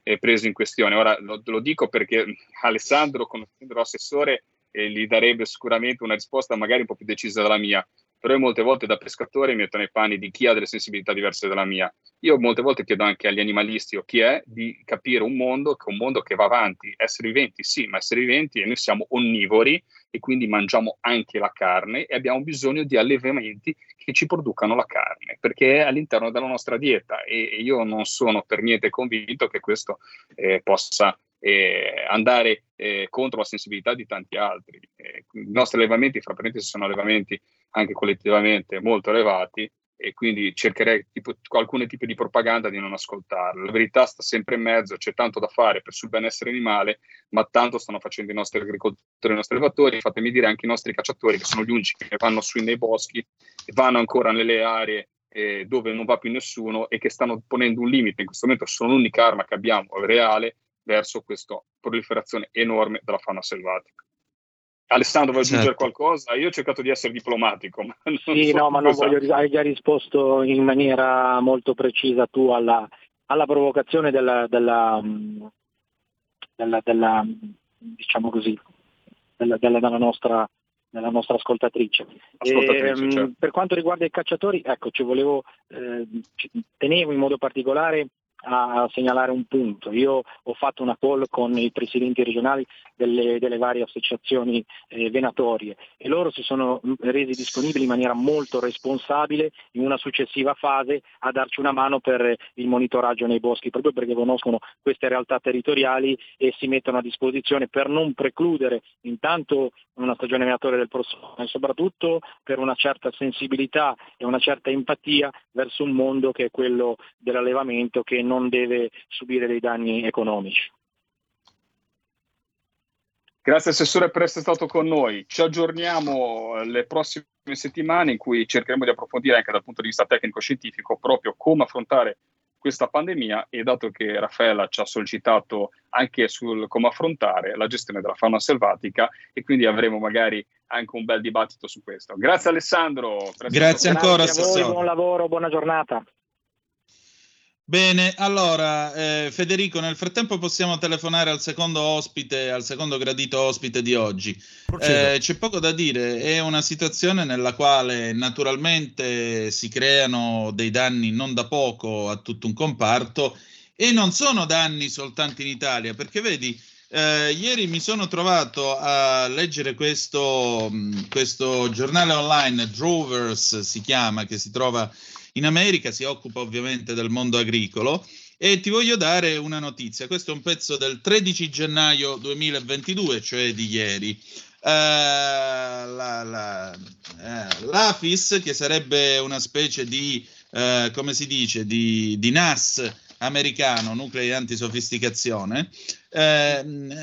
eh, preso in questione. Ora lo, lo dico perché Alessandro, conoscendo l'assessore, eh, gli darebbe sicuramente una risposta magari un po' più decisa della mia, però io molte volte da pescatore mi metto nei panni di chi ha delle sensibilità diverse dalla mia. Io molte volte chiedo anche agli animalisti o chi è di capire un mondo che è un mondo che va avanti. Esseri viventi sì, ma esseri viventi, e noi siamo onnivori e quindi mangiamo anche la carne e abbiamo bisogno di allevamenti che ci producano la carne, perché è all'interno della nostra dieta, e, e io non sono per niente convinto che questo eh, possa eh, andare eh, contro la sensibilità di tanti altri. Eh, I nostri allevamenti, fra parentesi, sono allevamenti anche collettivamente molto elevati, e quindi cercherei tipo, alcuni tipi di propaganda di non ascoltarla. La verità sta sempre in mezzo, c'è tanto da fare per sul benessere animale, ma tanto stanno facendo i nostri agricoltori, i nostri allevatori, fatemi dire anche i nostri cacciatori, che sono gli unici che vanno su nei boschi, vanno ancora nelle aree eh, dove non va più nessuno, e che stanno ponendo un limite. In questo momento sono l'unica arma che abbiamo reale verso questa proliferazione enorme della fauna selvatica. Alessandro, vuoi aggiungere certo. qualcosa? Io ho cercato di essere diplomatico. Ma non sì, so no, ma non cosa. voglio, hai già risposto in maniera molto precisa tu alla, alla provocazione della, della, della, della diciamo così, della, della, della nostra della nostra ascoltatrice. ascoltatrice e, certo. Per quanto riguarda i cacciatori, ecco, ci volevo eh, tenevo in modo particolare a segnalare un punto. Io ho fatto una call con i presidenti regionali delle, delle varie associazioni eh, venatorie, e loro si sono resi disponibili in maniera molto responsabile in una successiva fase a darci una mano per il monitoraggio nei boschi, proprio perché conoscono queste realtà territoriali e si mettono a disposizione per non precludere intanto una stagione venatoria del prossimo, e soprattutto per una certa sensibilità e una certa empatia verso un mondo che è quello dell'allevamento, che non deve subire dei danni economici. Grazie Assessore per essere stato con noi. Ci aggiorniamo le prossime settimane, in cui cercheremo di approfondire anche dal punto di vista tecnico-scientifico proprio come affrontare questa pandemia, e dato che Raffaella ci ha sollecitato anche sul come affrontare la gestione della fauna selvatica, e quindi avremo magari anche un bel dibattito su questo. Grazie Alessandro. Grazie ancora, Grazie a voi, Assessore. buon lavoro, buona giornata. Bene, allora eh, Federico, nel frattempo possiamo telefonare al secondo ospite, al secondo gradito ospite di oggi. Eh, c'è poco da dire, è una situazione nella quale naturalmente si creano dei danni non da poco a tutto un comparto, e non sono danni soltanto in Italia, perché vedi, eh, ieri mi sono trovato a leggere questo, questo giornale online, Drovers si chiama, che si trova in America, si occupa ovviamente del mondo agricolo, e ti voglio dare una notizia. Questo è un pezzo del tredici gennaio duemilaventidue, cioè di ieri. Uh, la, la, uh, L'A F I S, che sarebbe una specie di, uh, come si dice, di, di N A S americano, nuclei antisofisticazione, eh,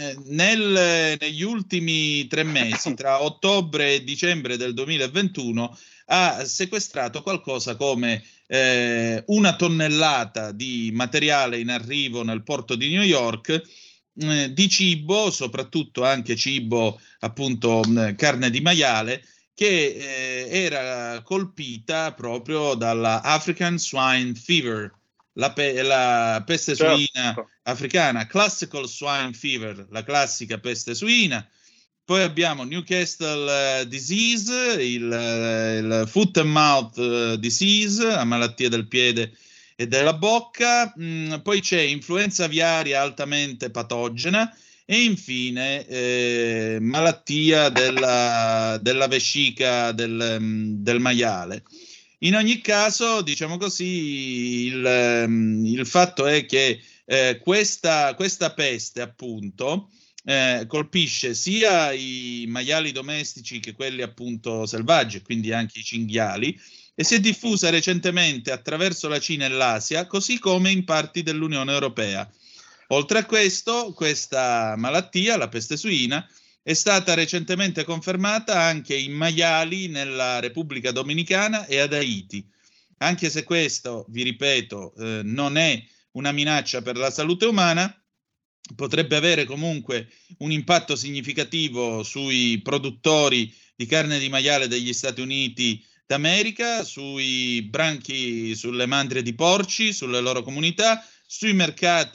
nel, negli ultimi tre mesi, tra ottobre e dicembre del duemilaventuno, ha sequestrato qualcosa come eh, una tonnellata di materiale in arrivo nel porto di New York, eh, di cibo, soprattutto anche cibo, appunto mh, carne di maiale, che eh, era colpita proprio dalla African Swine Fever, la, pe- la peste certo. suina africana, Classical Swine Fever, la classica peste suina. Poi abbiamo Newcastle uh, Disease, il, uh, il Foot and Mouth uh, Disease, la malattia del piede e della bocca. Mm, poi c'è influenza aviaria altamente patogena, e infine eh, malattia della, della vescica del, um, del maiale. In ogni caso, diciamo così, il, um, il fatto è che eh, questa, questa peste, appunto, Eh, colpisce sia i maiali domestici che quelli appunto selvaggi, quindi anche i cinghiali, e si è diffusa recentemente attraverso la Cina e l'Asia, così come in parti dell'Unione Europea. Oltre a questo, questa malattia, la peste suina, è stata recentemente confermata anche in maiali nella Repubblica Dominicana e ad Haiti. Anche se questo, vi ripeto, eh, non è una minaccia per la salute umana, potrebbe avere comunque un impatto significativo sui produttori di carne di maiale degli Stati Uniti d'America, sui branchi, sulle mandrie di porci, sulle loro comunità, sui mercati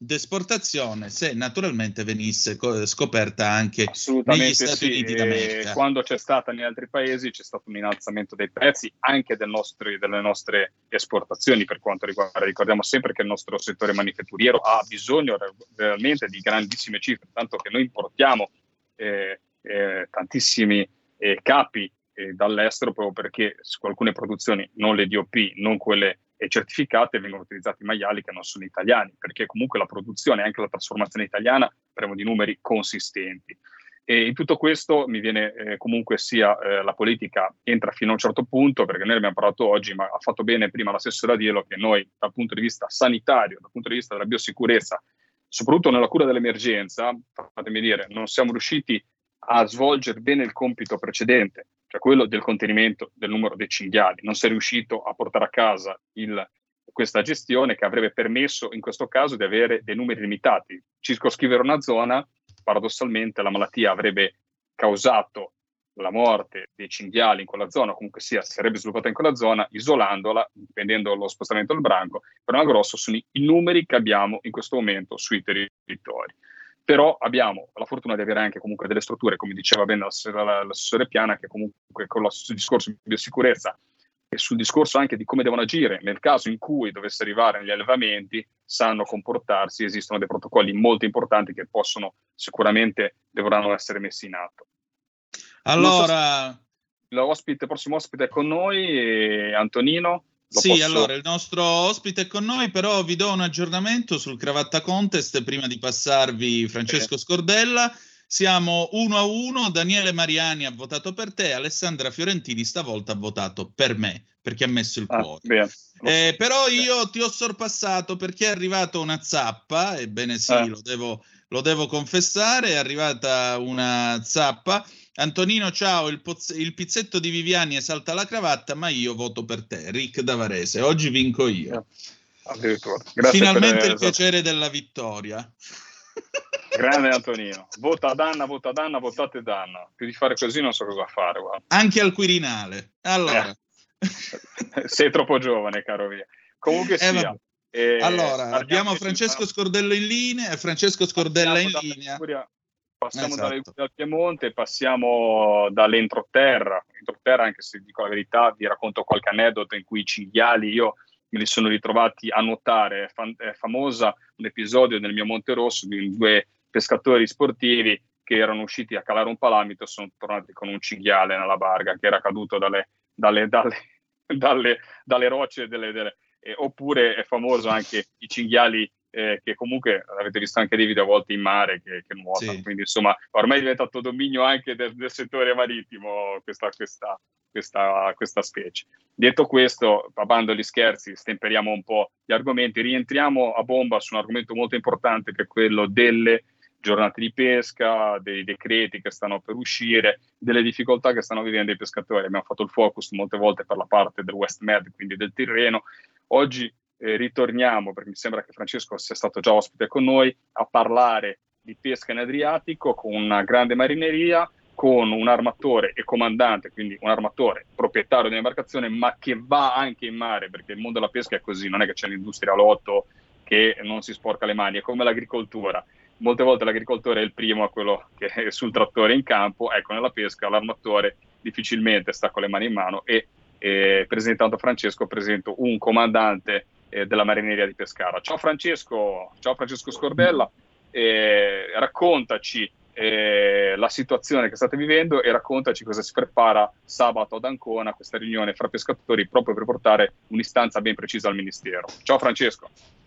d'esportazione se naturalmente venisse co- scoperta anche negli Assolutamente Stati sì, Uniti e d'America. quando c'è stata negli altri paesi c'è stato un innalzamento dei prezzi anche del nostri- delle nostre esportazioni per quanto riguarda, ricordiamo sempre che il nostro settore manifatturiero ha bisogno re- realmente di grandissime cifre, tanto che noi importiamo eh, eh, tantissimi eh, capi eh, dall'estero proprio perché su alcune produzioni, non le D O P, non quelle e certificate, vengono utilizzati maiali che non sono italiani, perché comunque la produzione e anche la trasformazione italiana parliamo di numeri consistenti. E in tutto questo mi viene eh, comunque sia eh, la politica entra fino a un certo punto, perché noi abbiamo parlato oggi, ma ha fatto bene prima l'assessore a dirlo, che noi dal punto di vista sanitario, dal punto di vista della biosicurezza, soprattutto nella cura dell'emergenza, fatemi dire, non siamo riusciti a svolgere bene il compito precedente, cioè quello del contenimento del numero dei cinghiali. Non si è riuscito a portare a casa il, questa gestione che avrebbe permesso in questo caso di avere dei numeri limitati. Circoscrivere una zona, paradossalmente la malattia avrebbe causato la morte dei cinghiali in quella zona, comunque sia, si sarebbe sviluppata in quella zona, isolandola, dipendendo dallo spostamento del branco. Per una grossa sono i, i numeri che abbiamo in questo momento sui territori. Però abbiamo la fortuna di avere anche comunque delle strutture, come diceva bene l'assessore Piana, che comunque con il discorso di biosicurezza e sul discorso anche di come devono agire nel caso in cui dovesse arrivare negli allevamenti, sanno comportarsi, esistono dei protocolli molto importanti che possono sicuramente dovranno essere messi in atto. Allora, so l'ospite, il prossimo ospite è con noi, Antonino. Lo sì, posso... allora il nostro ospite è con noi, però vi do un aggiornamento sul Cravatta Contest prima di passarvi Francesco Scordella. Siamo uno a uno, Daniele Mariani ha votato per te, Alessandra Fiorentini stavolta ha votato per me, perché ha messo il ah, cuore. Bene, eh, so. Però io ti ho sorpassato perché è arrivata una zappa, ebbene sì, eh. lo, devo, lo devo confessare, è arrivata una zappa. Antonino, ciao, il, poz- il pizzetto di Viviani esalta la cravatta, ma io voto per te, Rick da Varese. Oggi vinco io. Addirittura. Grazie. Finalmente per il piacere della vittoria. Grande Antonino. Vota Danna, vota Danna, votate Danna. Più di fare così non so cosa fare. Guarda. Anche al Quirinale. Allora. Eh. Sei troppo giovane, caro via. Comunque eh, sia. Eh, allora, abbiamo Francesco Scordello in linea. Francesco Scordella in linea. Liguria, passiamo esatto. dalle, dal Piemonte, passiamo dall'entroterra. Entroterra, anche se dico la verità, vi racconto qualche aneddoto in cui i cinghiali io me li sono ritrovati a nuotare. È, fan, è famosa un episodio nel mio Monte Rosso di due pescatori sportivi che erano usciti a calare un palamito e sono tornati con un cinghiale nella barca che era caduto dalle, dalle, dalle, dalle, dalle rocce delle, delle Eh, oppure è famoso anche i cinghiali eh, che comunque avete visto anche dei video a volte in mare che, che nuotano, sì. Quindi insomma ormai è diventato dominio anche del, del settore marittimo questa, questa, questa, questa specie. Detto questo, a bando gli scherzi, stemperiamo un po' gli argomenti, rientriamo a bomba su un argomento molto importante che è quello delle giornate di pesca, dei decreti che stanno per uscire, delle difficoltà che stanno vivendo i pescatori. Abbiamo fatto il focus molte volte per la parte del West Med, quindi del Tirreno. Oggi eh, ritorniamo, perché mi sembra che Francesco sia stato già ospite con noi, a parlare di pesca in Adriatico con una grande marineria, con un armatore e comandante, quindi un armatore proprietario di un'imbarcazione, ma che va anche in mare, perché il mondo della pesca è così, non è che c'è l'industria lotto che non si sporca le mani, è come l'agricoltura. Molte volte l'agricoltore è il primo a quello che è sul trattore in campo, ecco nella pesca l'armatore difficilmente sta con le mani in mano e eh, presentando Francesco presento un comandante eh, della marineria di Pescara. Ciao Francesco, ciao Francesco Scordella, eh, raccontaci eh, la situazione che state vivendo e raccontaci cosa si prepara sabato ad Ancona, questa riunione fra pescatori proprio per portare un'istanza ben precisa al Ministero. Ciao Francesco.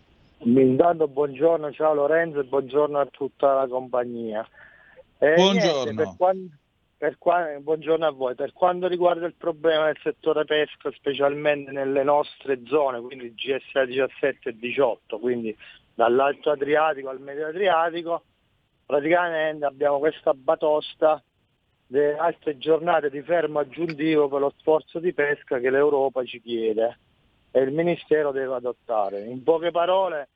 Intanto buongiorno, ciao Lorenzo e buongiorno a tutta la compagnia. Eh, buongiorno. Niente, per quando, per qua, buongiorno a voi. Per quanto riguarda il problema del settore pesca, specialmente nelle nostre zone, quindi G S A diciassette e diciotto, quindi dall'Alto Adriatico al Medio Adriatico, praticamente abbiamo questa batosta delle altre giornate di fermo aggiuntivo per lo sforzo di pesca che l'Europa ci chiede e il Ministero deve adottare. In poche parole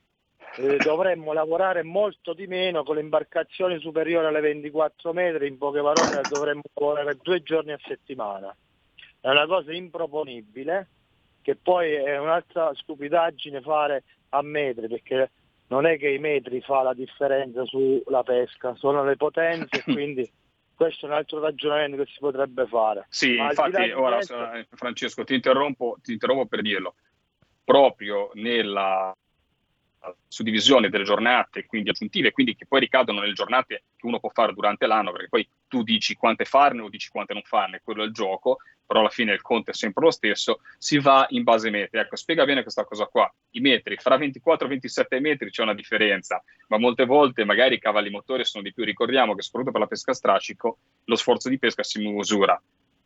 eh, dovremmo lavorare molto di meno con le imbarcazioni superiori alle ventiquattro metri, in poche parole dovremmo lavorare due giorni a settimana. È una cosa improponibile, che poi è un'altra stupidaggine fare a metri, perché non è che i metri fa la differenza sulla pesca, sono le potenze, quindi questo è un altro ragionamento che si potrebbe fare. Sì, Ma infatti, ora questo... Francesco, ti interrompo, ti interrompo per dirlo. Proprio nella suddivisione delle giornate, quindi aggiuntive, quindi che poi ricadono nelle giornate che uno può fare durante l'anno, perché poi tu dici quante farne o dici quante non farne, quello è il gioco, però alla fine il conto è sempre lo stesso, si va in base ai metri. Ecco, spiega bene questa cosa qua. I metri, fra ventiquattro e ventisette metri c'è una differenza, ma molte volte magari i cavalli motori sono di più. Ricordiamo che soprattutto per la pesca a strascico lo sforzo di pesca si misura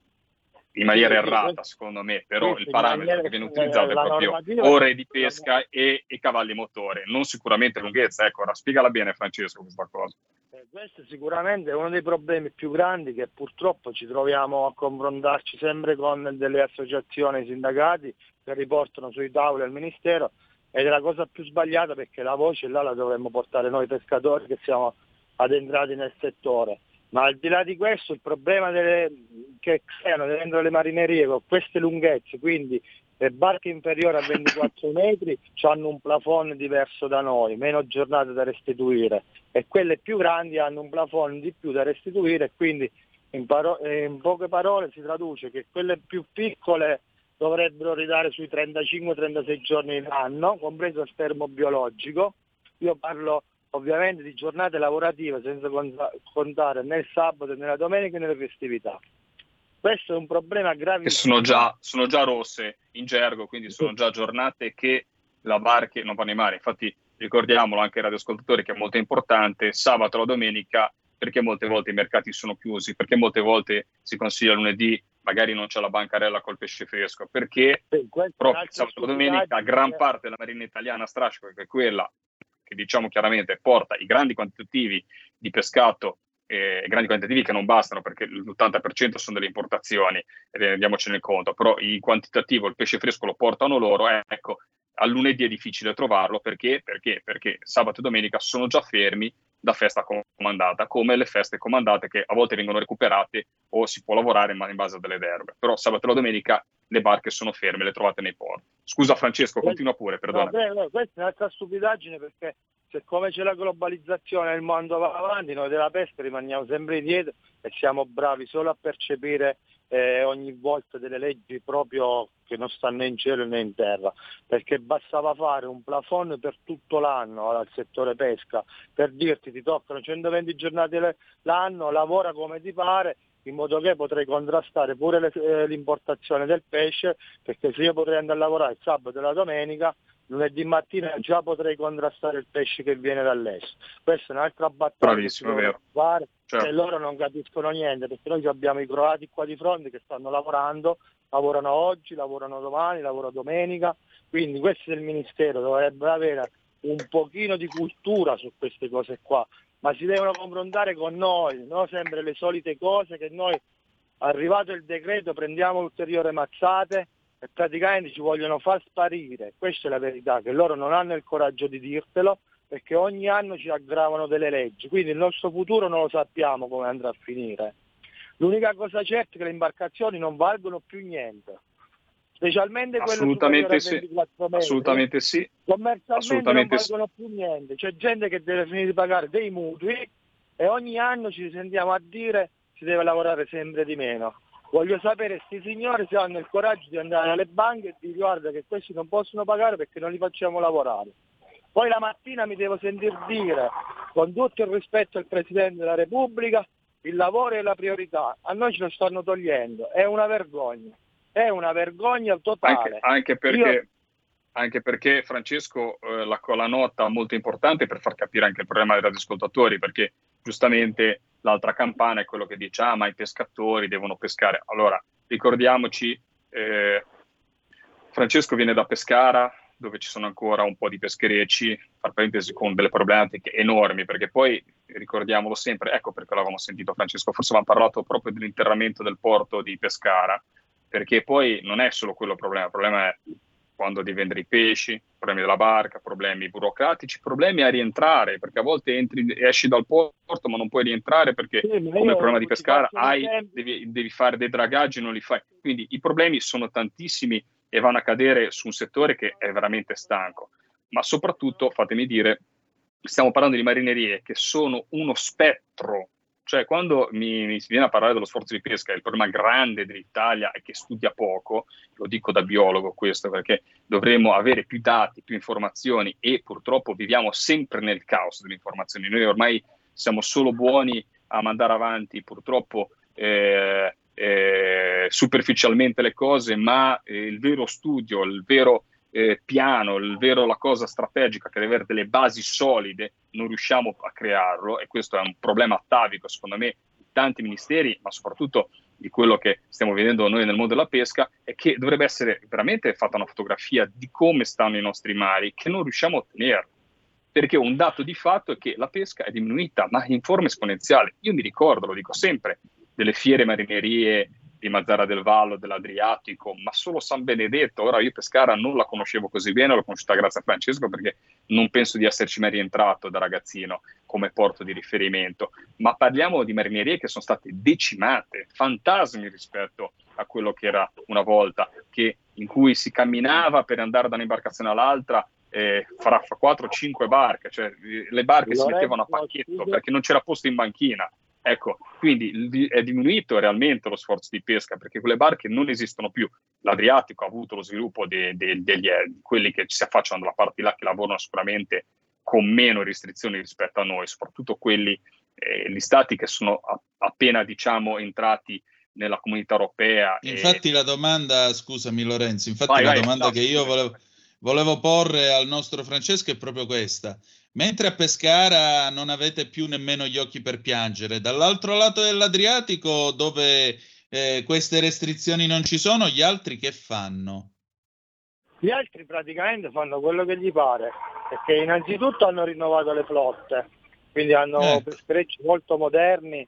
in maniera sì, errata, sì, secondo me, però sì, il parametro che viene utilizzato è proprio ore di pesca e, e cavalli motore, non sicuramente lunghezza. Ecco, ora spiegala bene, Francesco, questa cosa. Eh, questo sicuramente è uno dei problemi più grandi, che purtroppo ci troviamo a confrontarci sempre con delle associazioni, sindacati che riportano sui tavoli al Ministero, ed è la cosa più sbagliata, perché la voce là la dovremmo portare noi pescatori che siamo addentrati nel settore. Ma al di là di questo, il problema delle, che creano dentro le marinerie con queste lunghezze, quindi le barche inferiori a ventiquattro metri hanno un plafond diverso da noi, meno giornate da restituire, e quelle più grandi hanno un plafond di più da restituire, e quindi in, paro- in poche parole si traduce che quelle più piccole dovrebbero ridare sui trentacinque trentasei giorni l'anno, compreso il termobiologico. Io parlo ovviamente di giornate lavorative, senza contare né il sabato né la domenica né le festività. Questo è un problema gravissimo. Che sono già, sono già rosse in gergo, quindi sono già giornate che la barca non vanno in mare. Infatti ricordiamolo anche ai radioascoltatori che è molto importante, sabato o la domenica, perché molte volte i mercati sono chiusi, perché molte volte si consiglia lunedì, magari non c'è la bancarella col pesce fresco, perché sì, proprio sabato o domenica gran parte della marina italiana strascico, che è quella che diciamo chiaramente porta i grandi quantitativi di pescato, eh, grandi quantitativi che non bastano, perché l'ottanta per cento sono delle importazioni, eh, rendiamocene conto, però il quantitativo, il pesce fresco lo portano loro, eh, ecco, al lunedì è difficile trovarlo, perché? Perché? Perché sabato e domenica sono già fermi da festa comandata, come le feste comandate che a volte vengono recuperate o si può lavorare ma in base a delle deroghe, però sabato e la domenica le barche sono ferme, le trovate nei porti. Scusa Francesco, continua pure, perdona. No, beh, no, questa è un'altra stupidaggine, perché siccome c'è la globalizzazione e il mondo va avanti, noi della pesca rimaniamo sempre indietro e siamo bravi solo a percepire eh, ogni volta delle leggi proprio che non stanno né in cielo né in terra, perché bastava fare un plafond per tutto l'anno al settore pesca, per dirti ti toccano centoventi giornate l'anno, lavora come ti pare, in modo che potrei contrastare pure le, eh, l'importazione del pesce, perché se io potrei andare a lavorare il sabato e la domenica, lunedì mattina già potrei contrastare il pesce che viene dall'est. Questa è un'altra battaglia Bravissimo, che si vero. fare, Certo. e loro non capiscono niente, perché noi abbiamo i croati qua di fronte che stanno lavorando, lavorano oggi, lavorano domani, lavorano domenica, quindi questo è il Ministero, dovrebbe avere un pochino di cultura su queste cose qua, ma si devono confrontare con noi, non sempre le solite cose che noi, arrivato il decreto, prendiamo ulteriori mazzate e praticamente ci vogliono far sparire. Questa è la verità, che loro non hanno il coraggio di dirtelo, perché ogni anno ci aggravano delle leggi, quindi il nostro futuro non lo sappiamo come andrà a finire. L'unica cosa certa è che le imbarcazioni non valgono più niente, specialmente quelle Assolutamente superiori a sì. ventiquattro metri. Assolutamente sì. Commercialmente Assolutamente non valgono più niente, c'è gente che deve finire di pagare dei mutui e ogni anno ci sentiamo a dire si deve lavorare sempre di meno. Voglio sapere questi signori se hanno il coraggio di andare alle banche e di guarda che questi non possono pagare perché non li facciamo lavorare. Poi la mattina mi devo sentir dire, con tutto il rispetto al Presidente della Repubblica, il lavoro è la priorità, a noi ce lo stanno togliendo, è una vergogna, è una vergogna totale. Anche, anche perché... Io... Anche perché Francesco, eh, la, la nota molto importante per far capire anche il problema dei radioascoltatori, perché giustamente l'altra campana è quello che dice ah ma i pescatori devono pescare. Allora ricordiamoci, eh, Francesco viene da Pescara, dove ci sono ancora un po' di pescherecci, tra parentesi con delle problematiche enormi, perché poi ricordiamolo sempre, ecco perché l'avevamo sentito Francesco, forse avevamo parlato proprio dell'interramento del porto di Pescara, perché poi non è solo quello il problema, il problema è quando devi vendere i pesci, problemi della barca, problemi burocratici, problemi a rientrare, perché a volte entri e esci dal porto ma non puoi rientrare perché sì, come il problema di Pescara hai, devi, devi fare dei dragaggi e non li fai. Quindi i problemi sono tantissimi e vanno a cadere su un settore che è veramente stanco. Ma soprattutto, fatemi dire, stiamo parlando di marinerie che sono uno spettro. Cioè, quando mi, mi si viene a parlare dello sforzo di pesca, il problema grande dell'Italia è che studia poco, lo dico da biologo questo, perché dovremmo avere più dati, più informazioni, e purtroppo viviamo sempre nel caos delle informazioni. Noi ormai siamo solo buoni a mandare avanti, purtroppo, eh, eh, superficialmente le cose, ma eh, il vero studio, il vero eh, piano, il vero, la cosa strategica che deve avere delle basi solide, non riusciamo a crearlo, e questo è un problema atavico, secondo me, di tanti ministeri, ma soprattutto di quello che stiamo vedendo noi nel mondo della pesca, è che dovrebbe essere veramente fatta una fotografia di come stanno i nostri mari, che non riusciamo a ottenere. Perché un dato di fatto è che la pesca è diminuita, ma in forma esponenziale. Io mi ricordo, lo dico sempre, delle fiere marinerie di Mazara del Vallo, dell'Adriatico, ma solo San Benedetto. Ora io Pescara non la conoscevo così bene, l'ho conosciuta grazie a Francesco, perché non penso di esserci mai rientrato da ragazzino come porto di riferimento, ma parliamo di marinerie che sono state decimate, fantasmi rispetto a quello che era una volta, che, in cui si camminava per andare da un'imbarcazione all'altra, eh, fra quattro o cinque barche, cioè le barche si mettevano a pacchetto perché non c'era posto in banchina. Ecco, quindi è diminuito realmente lo sforzo di pesca, perché quelle barche non esistono più. L'Adriatico ha avuto lo sviluppo de, de, degli di quelli che si affacciano dalla parte là, che lavorano sicuramente con meno restrizioni rispetto a noi, soprattutto quelli, eh, gli stati che sono a, appena, diciamo, entrati nella comunità europea. Infatti e... la domanda, scusami Lorenzo, infatti vai, la vai, domanda no, che io volevo, volevo porre al nostro Francesco è proprio questa. Mentre a Pescara non avete più nemmeno gli occhi per piangere, dall'altro lato dell'Adriatico, dove eh, queste restrizioni non ci sono, gli altri che fanno? Gli altri praticamente fanno quello che gli pare, perché innanzitutto hanno rinnovato le flotte, quindi hanno Eh. pescherecci molto moderni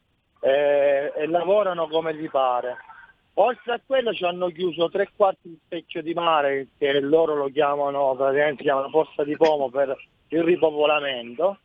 eh, e lavorano come gli pare. Oltre a quello ci hanno chiuso tre quarti di specchio di mare, che loro lo chiamano, praticamente si chiamano Fossa di Pomo, per il ripopolamento,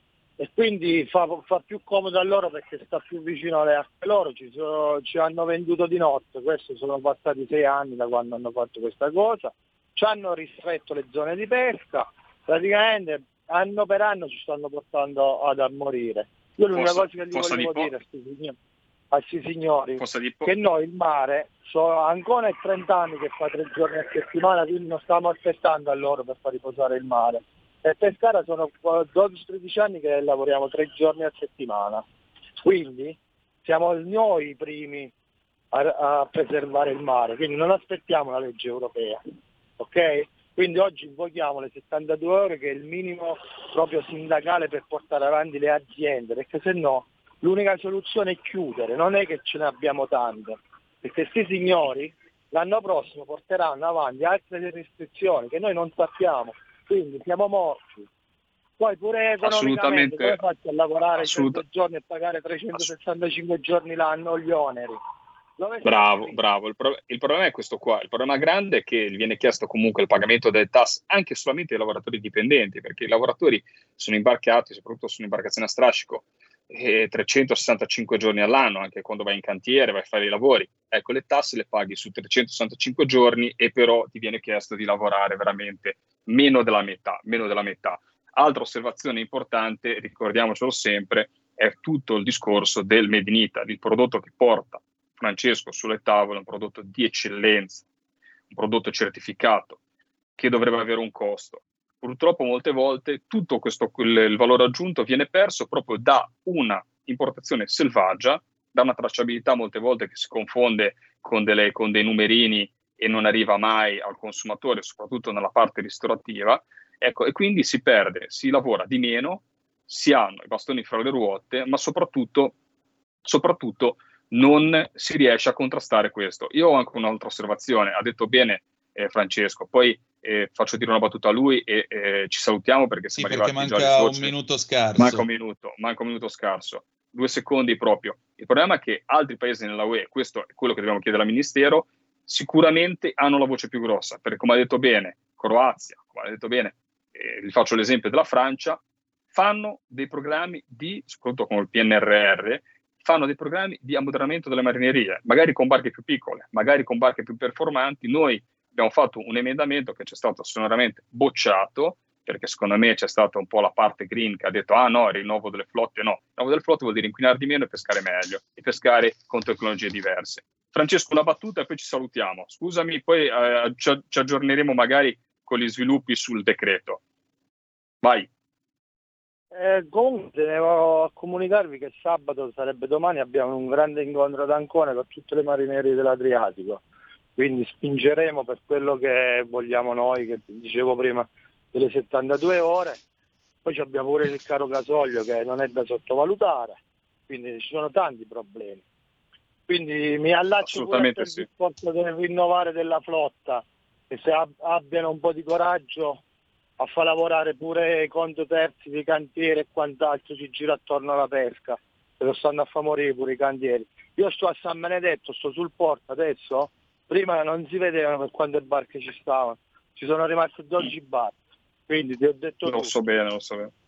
e quindi fa, fa più comodo a loro perché sta più vicino alle acque loro. Ci, sono, ci hanno venduto di notte, questo sono passati sei anni da quando hanno fatto questa cosa, ci hanno ristretto le zone di pesca, praticamente anno per anno ci stanno portando ad a morire. Io l'unica cosa che gli volevo dire a questi signori, a questi signori che noi il mare so, ancora è trenta anni che fa tre giorni a settimana, quindi non stiamo aspettando a loro per far riposare il mare. E Pescara sono dodici tredici anni che lavoriamo tre giorni a settimana, quindi siamo noi i primi a, a preservare il mare, quindi non aspettiamo la legge europea, ok? Quindi oggi invochiamo le settantadue ore, che è il minimo proprio sindacale per portare avanti le aziende, perché se no l'unica soluzione è chiudere, non è che ce ne abbiamo tante, perché questi signori l'anno prossimo porteranno avanti altre restrizioni che noi non sappiamo. Quindi siamo morti. Poi pure economicamente come faccio a lavorare cento giorni e pagare trecentosessantacinque giorni l'anno gli oneri? Dove bravo, bravo. Il, pro- il problema è questo qua. Il problema grande è che gli viene chiesto comunque il pagamento delle tasse anche solamente ai lavoratori dipendenti, perché i lavoratori sono imbarcati, soprattutto su un'imbarcazione a strascico, eh, trecentosessantacinque giorni all'anno, anche quando vai in cantiere, vai a fare i lavori. Ecco, le tasse le paghi su trecentosessantacinque giorni, e però ti viene chiesto di lavorare veramente meno della metà, meno della metà. Altra osservazione importante, ricordiamocelo sempre, è tutto il discorso del Made in Italy, il prodotto che porta Francesco sulle tavole, un prodotto di eccellenza, un prodotto certificato, che dovrebbe avere un costo. Purtroppo molte volte tutto questo, il, il valore aggiunto viene perso proprio da una importazione selvaggia, da una tracciabilità molte volte che si confonde con, delle, con dei numerini e non arriva mai al consumatore, soprattutto nella parte ristorativa, ecco, e quindi si perde, si lavora di meno, si hanno i bastoni fra le ruote, ma soprattutto, soprattutto non si riesce a contrastare questo. Io ho anche un'altra osservazione, ha detto bene eh, Francesco, poi eh, faccio dire una battuta a lui e eh, ci salutiamo perché siamo sì, perché arrivati manca già un minuto scarso. Manca un minuto, manca un minuto scarso, due secondi proprio. Il problema è che altri paesi nella U E, questo è quello che dobbiamo chiedere al Ministero, sicuramente hanno la voce più grossa, perché come ha detto bene Croazia, come ha detto bene, eh, vi faccio l'esempio della Francia, fanno dei programmi di, soprattutto con il P N R R, fanno dei programmi di ammodernamento delle marinerie, magari con barche più piccole, magari con barche più performanti. Noi abbiamo fatto un emendamento che ci è stato sonoramente bocciato, perché secondo me c'è stata un po' la parte green che ha detto ah no, il rinnovo delle flotte no, il rinnovo delle flotte vuol dire inquinare di meno e pescare meglio, e pescare con tecnologie diverse. Francesco, una battuta e poi ci salutiamo. Scusami, poi eh, ci, ci aggiorneremo magari con gli sviluppi sul decreto. Vai. Eh, comunque tenevo a comunicarvi che sabato, sarebbe domani, abbiamo un grande incontro ad Ancona con tutte le marinerie dell'Adriatico, quindi spingeremo per quello che vogliamo noi, che dicevo prima, delle settantadue ore. Poi abbiamo pure il caro gasolio che non è da sottovalutare, quindi ci sono tanti problemi. Quindi mi allaccio pure al sì. discorso del rinnovare della flotta, e se ab- abbiano un po' di coraggio a far lavorare pure i conto terzi dei cantieri e quant'altro si gira attorno alla pesca, se lo stanno a far morire pure i cantieri. Io sto a San Benedetto, sto sul porto adesso, prima non si vedevano per quante barche ci stavano, ci sono rimaste dodici barche, quindi ti ho detto Lo tutto. so bene, lo so bene.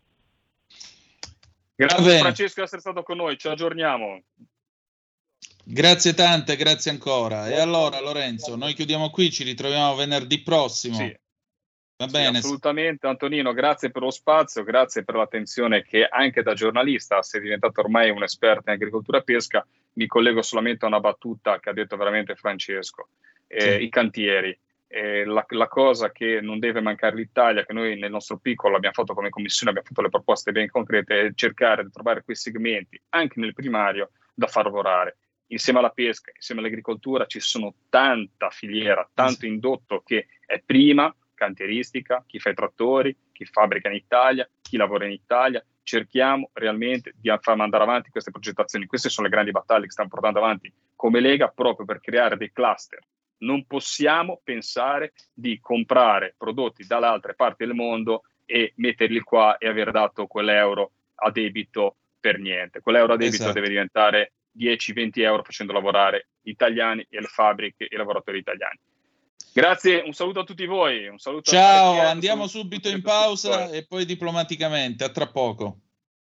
Grazie Francesco di essere stato con noi, ci aggiorniamo. Grazie tante, grazie ancora. E allora Lorenzo, noi chiudiamo qui, ci ritroviamo venerdì prossimo. Sì. Va Sì, bene. assolutamente Antonino, grazie per lo spazio, grazie per l'attenzione che anche da giornalista sei diventato ormai un esperto in agricoltura e pesca. Mi collego solamente a una battuta che ha detto veramente Francesco, eh, Sì. i cantieri. Eh, la, la cosa che non deve mancare l'Italia, che noi nel nostro piccolo abbiamo fatto come commissione, abbiamo fatto le proposte ben concrete, è cercare di trovare quei segmenti anche nel primario da far lavorare. Insieme alla pesca, insieme all'agricoltura ci sono tanta filiera, tanto indotto che è prima, cantieristica, chi fa i trattori, chi fabbrica in Italia, chi lavora in Italia. Cerchiamo realmente di far mandare avanti queste progettazioni. Queste sono le grandi battaglie che stiamo portando avanti come Lega, proprio per creare dei cluster. Non possiamo pensare di comprare prodotti dalle altre parti del mondo e metterli qua e aver dato quell'euro a debito per niente. Quell'euro a debito Esatto. deve diventare dieci venti euro facendo lavorare gli italiani e le fabbriche e i lavoratori italiani. Grazie, un saluto a tutti voi. Un saluto Ciao, a Piero, andiamo saluto subito a tutti in i pausa ascoltatori. e poi diplomaticamente. A tra poco.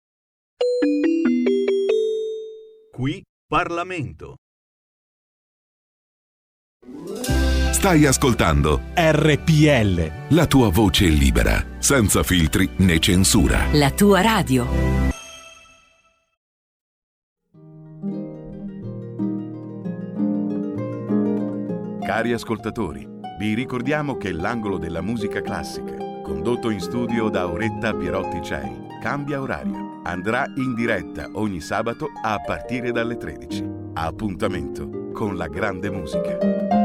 Qui Parlamento. Stai ascoltando R P L, la tua voce libera, senza filtri né censura. La tua radio. Cari ascoltatori, vi ricordiamo che l'angolo della musica classica, condotto in studio da Auretta Pierotti Cei, cambia orario. Andrà in diretta ogni sabato a partire dalle tredici. Appuntamento con la grande musica.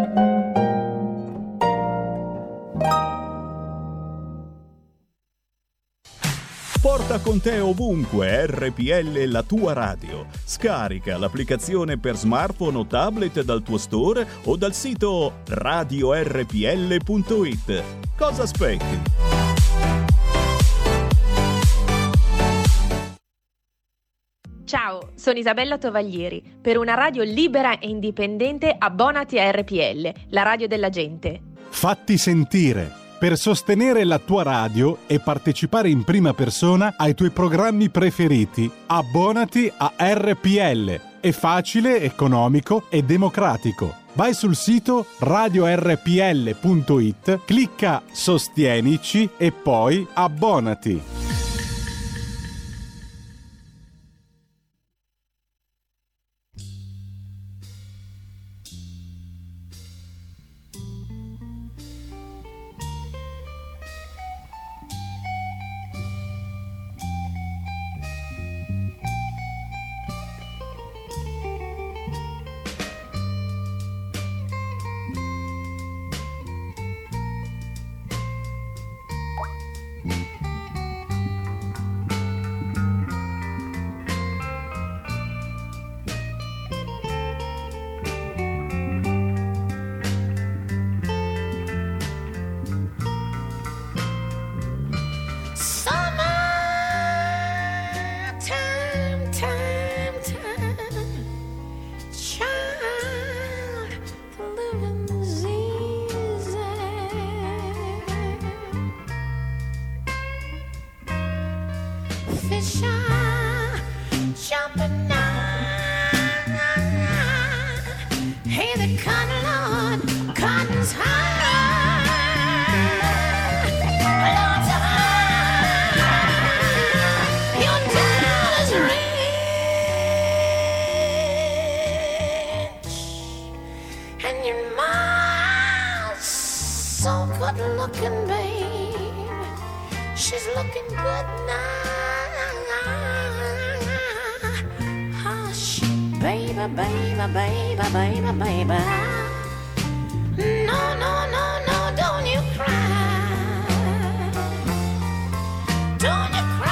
Porta con te ovunque R P L, la tua radio. Scarica l'applicazione per smartphone o tablet dal tuo store o dal sito radio r p l punto i t. Cosa aspetti? Ciao, sono Isabella Tovaglieri. Per una radio libera e indipendente abbonati a R P L, la radio della gente. Fatti sentire. Per sostenere la tua radio e partecipare in prima persona ai tuoi programmi preferiti, abbonati a R P L. È facile, economico e democratico. Vai sul sito radio r p l punto i t, clicca Sostienici e poi abbonati. Cotton's high. million miles. So good looking, babe. She's looking good now. Hush, baby, baby, baby, baby, baby. No, no, no, no, don't you cry. Don't you cry.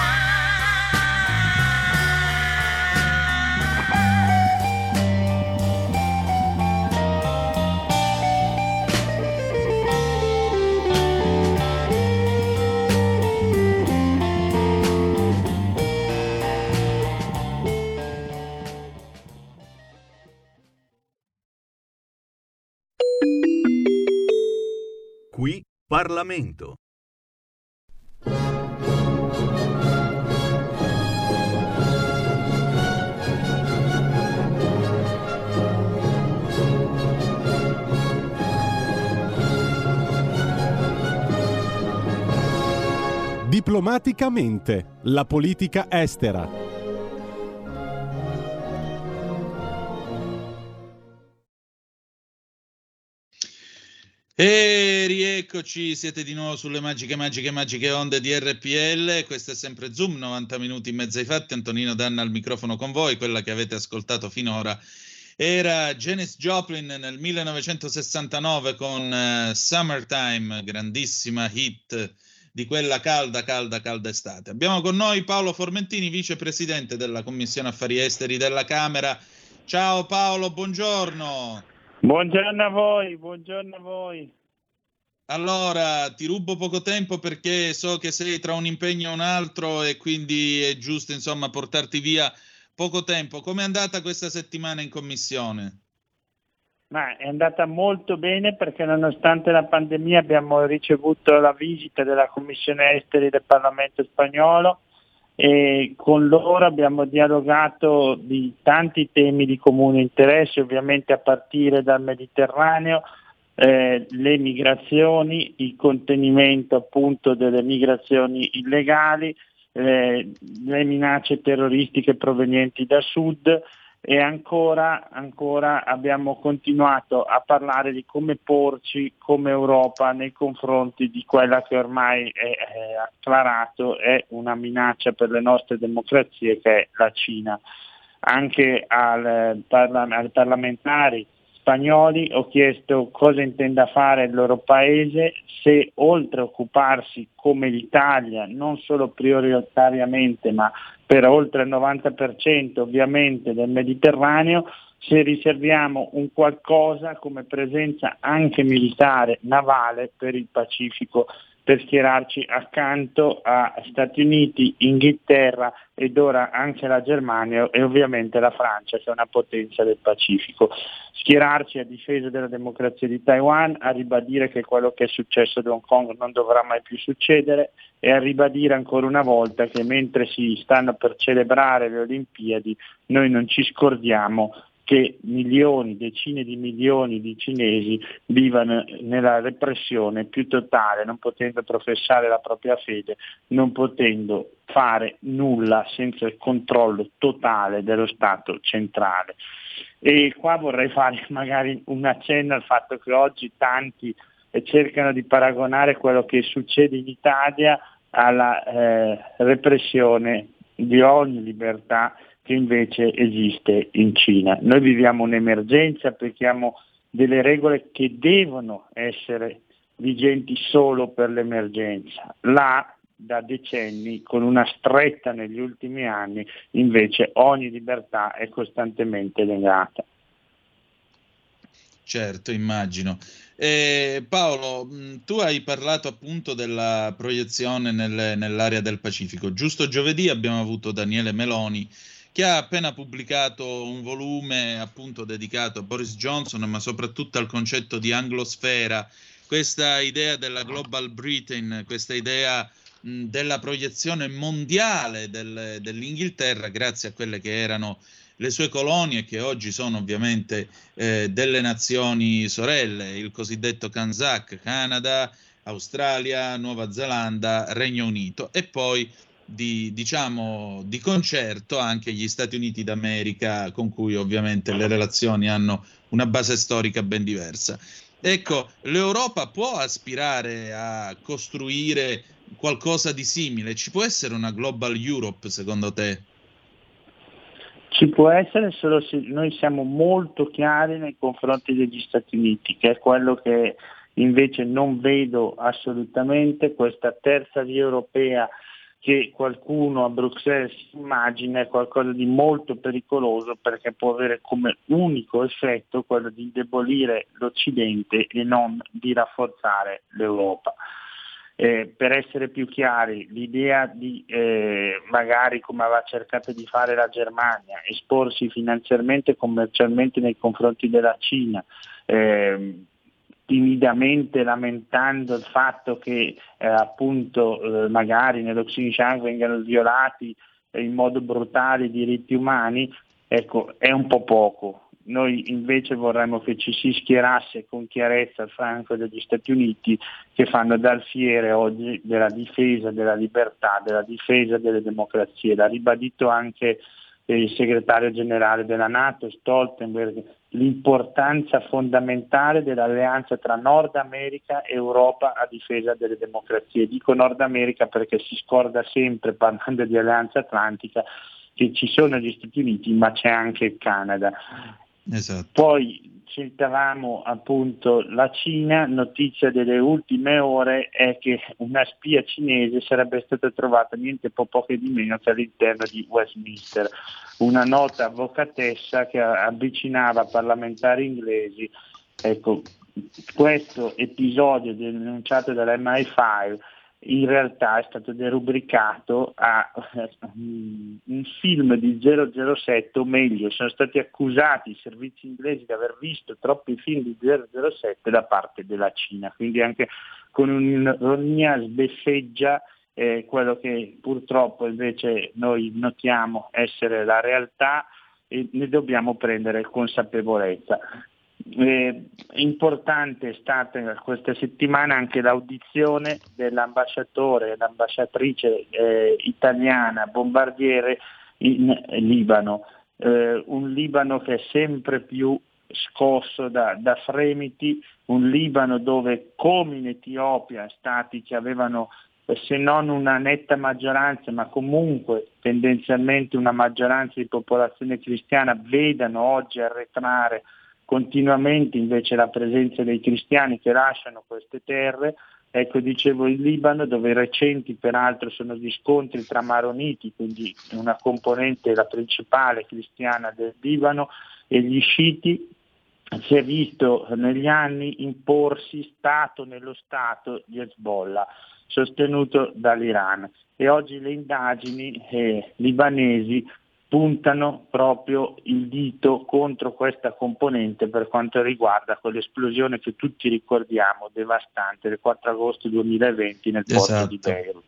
Qui Parlamento. Diplomaticamente, la politica estera. E rieccoci, siete di nuovo sulle magiche, magiche, magiche onde di R P L. Questo è sempre Zoom, novanta minuti in mezzo ai fatti. Antonino Danna al microfono con voi. Quella che avete ascoltato finora era Janis Joplin nel millenovecentosessantanove con uh, Summertime, grandissima hit di quella calda, calda, calda estate. Abbiamo con noi Paolo Formentini, vicepresidente della Commissione Affari Esteri della Camera. Ciao Paolo, buongiorno. Buongiorno a voi, buongiorno a voi. Allora, ti rubo poco tempo perché so che sei tra un impegno e un altro e quindi è giusto, insomma, portarti via poco tempo. Com'è andata questa settimana in commissione? Ma è andata molto bene perché nonostante la pandemia abbiamo ricevuto la visita della Commissione Esteri del Parlamento spagnolo e con loro abbiamo dialogato di tanti temi di comune interesse, ovviamente a partire dal Mediterraneo, eh, le migrazioni, il contenimento appunto delle migrazioni illegali, eh, le minacce terroristiche provenienti da sud e ancora, ancora abbiamo continuato a parlare di come porci come Europa nei confronti di quella che ormai è, è acclarato è una minaccia per le nostre democrazie, che è la Cina. Anche al, parla, ai parlamentari spagnoli ho chiesto cosa intenda fare il loro paese, se oltre a occuparsi come l'Italia, non solo prioritariamente ma per oltre il novanta per cento ovviamente del Mediterraneo, se riserviamo un qualcosa come presenza anche militare, navale per il Pacifico, per schierarci accanto a Stati Uniti, Inghilterra ed ora anche la Germania e ovviamente la Francia, che è una potenza del Pacifico. Schierarci a difesa della democrazia di Taiwan, a ribadire che quello che è successo ad Hong Kong non dovrà mai più succedere e a ribadire ancora una volta che mentre si stanno per celebrare le Olimpiadi noi non ci scordiamo che milioni, decine di milioni di cinesi vivono nella repressione più totale, non potendo professare la propria fede, non potendo fare nulla senza il controllo totale dello Stato centrale. E qua vorrei fare magari un accenno al fatto che oggi tanti cercano di paragonare quello che succede in Italia alla eh, repressione di ogni libertà che invece esiste in Cina. Noi viviamo un'emergenza, applichiamo delle regole che devono essere vigenti solo per l'emergenza. Là, da decenni, con una stretta negli ultimi anni, invece ogni libertà è costantemente negata. Certo, immagino. Eh, Paolo, tu hai parlato appunto della proiezione nel, nell'area del Pacifico. Giusto giovedì abbiamo avuto Daniele Meloni, che ha appena pubblicato un volume appunto dedicato a Boris Johnson, ma soprattutto al concetto di anglosfera, questa idea della Global Britain, questa idea mh, della proiezione mondiale del, dell'Inghilterra grazie a quelle che erano le sue colonie, che oggi sono ovviamente eh, delle nazioni sorelle, il cosiddetto CANZAC, Canada, Australia, Nuova Zelanda, Regno Unito, e poi di, diciamo, di concerto anche gli Stati Uniti d'America, con cui ovviamente le relazioni hanno una base storica ben diversa. Ecco, l'Europa può aspirare a costruire qualcosa di simile? Ci può essere una Global Europe, secondo te? Ci può essere, solo se noi siamo molto chiari nei confronti degli Stati Uniti, che è quello che invece non vedo assolutamente. Questa terza via europea che qualcuno a Bruxelles immagina è qualcosa di molto pericoloso, perché può avere come unico effetto quello di indebolire l'Occidente e non di rafforzare l'Europa. Eh, per essere più chiari, l'idea di eh, magari, come aveva cercato di fare la Germania, esporsi finanziariamente e commercialmente nei confronti della Cina, eh, timidamente lamentando il fatto che eh, appunto eh, magari nello Xinjiang vengano violati eh, in modo brutale i diritti umani, ecco, è un po' poco. Noi invece vorremmo che ci si schierasse con chiarezza al fianco degli Stati Uniti, che fanno dal fiere oggi della difesa della libertà, della difesa delle democrazie. L'ha ribadito anche il segretario generale della NATO, Stoltenberg, l'importanza fondamentale dell'alleanza tra Nord America e Europa a difesa delle democrazie. Dico Nord America perché si scorda sempre, parlando di alleanza atlantica, che ci sono gli Stati Uniti, ma c'è anche il Canada. Esatto. Poi citavamo appunto la Cina, notizia delle ultime ore è che una spia cinese sarebbe stata trovata niente po' poco di meno che all'interno di Westminster, una nota avvocatessa che avvicinava parlamentari inglesi. Ecco, questo episodio denunciato dall'M I cinque in realtà è stato derubricato a un film di zero zero sette, o meglio, sono stati accusati i servizi inglesi di aver visto troppi film di zero zero sette da parte della Cina, quindi anche con un'ironia sbeffeggia eh, quello che purtroppo invece noi notiamo essere la realtà e ne dobbiamo prendere consapevolezza. Eh, importante è stata questa settimana anche l'audizione dell'ambasciatore e l'ambasciatrice eh, italiana bombardiere in Libano, eh, un Libano che è sempre più scosso da, da fremiti, un Libano dove, come in Etiopia, stati che avevano se non una netta maggioranza, ma comunque tendenzialmente una maggioranza di popolazione cristiana, vedano oggi arretrare continuamente invece la presenza dei cristiani che lasciano queste terre. Ecco, dicevo il Libano, dove recenti peraltro sono gli scontri tra maroniti, quindi una componente, la principale cristiana del Libano, e gli sciiti, si è visto negli anni imporsi Stato nello Stato di Hezbollah, sostenuto dall'Iran, e oggi le indagini eh, libanesi puntano proprio il dito contro questa componente per quanto riguarda quell'esplosione che tutti ricordiamo, devastante, del quattro agosto duemilaventi nel porto esatto. di Beirut.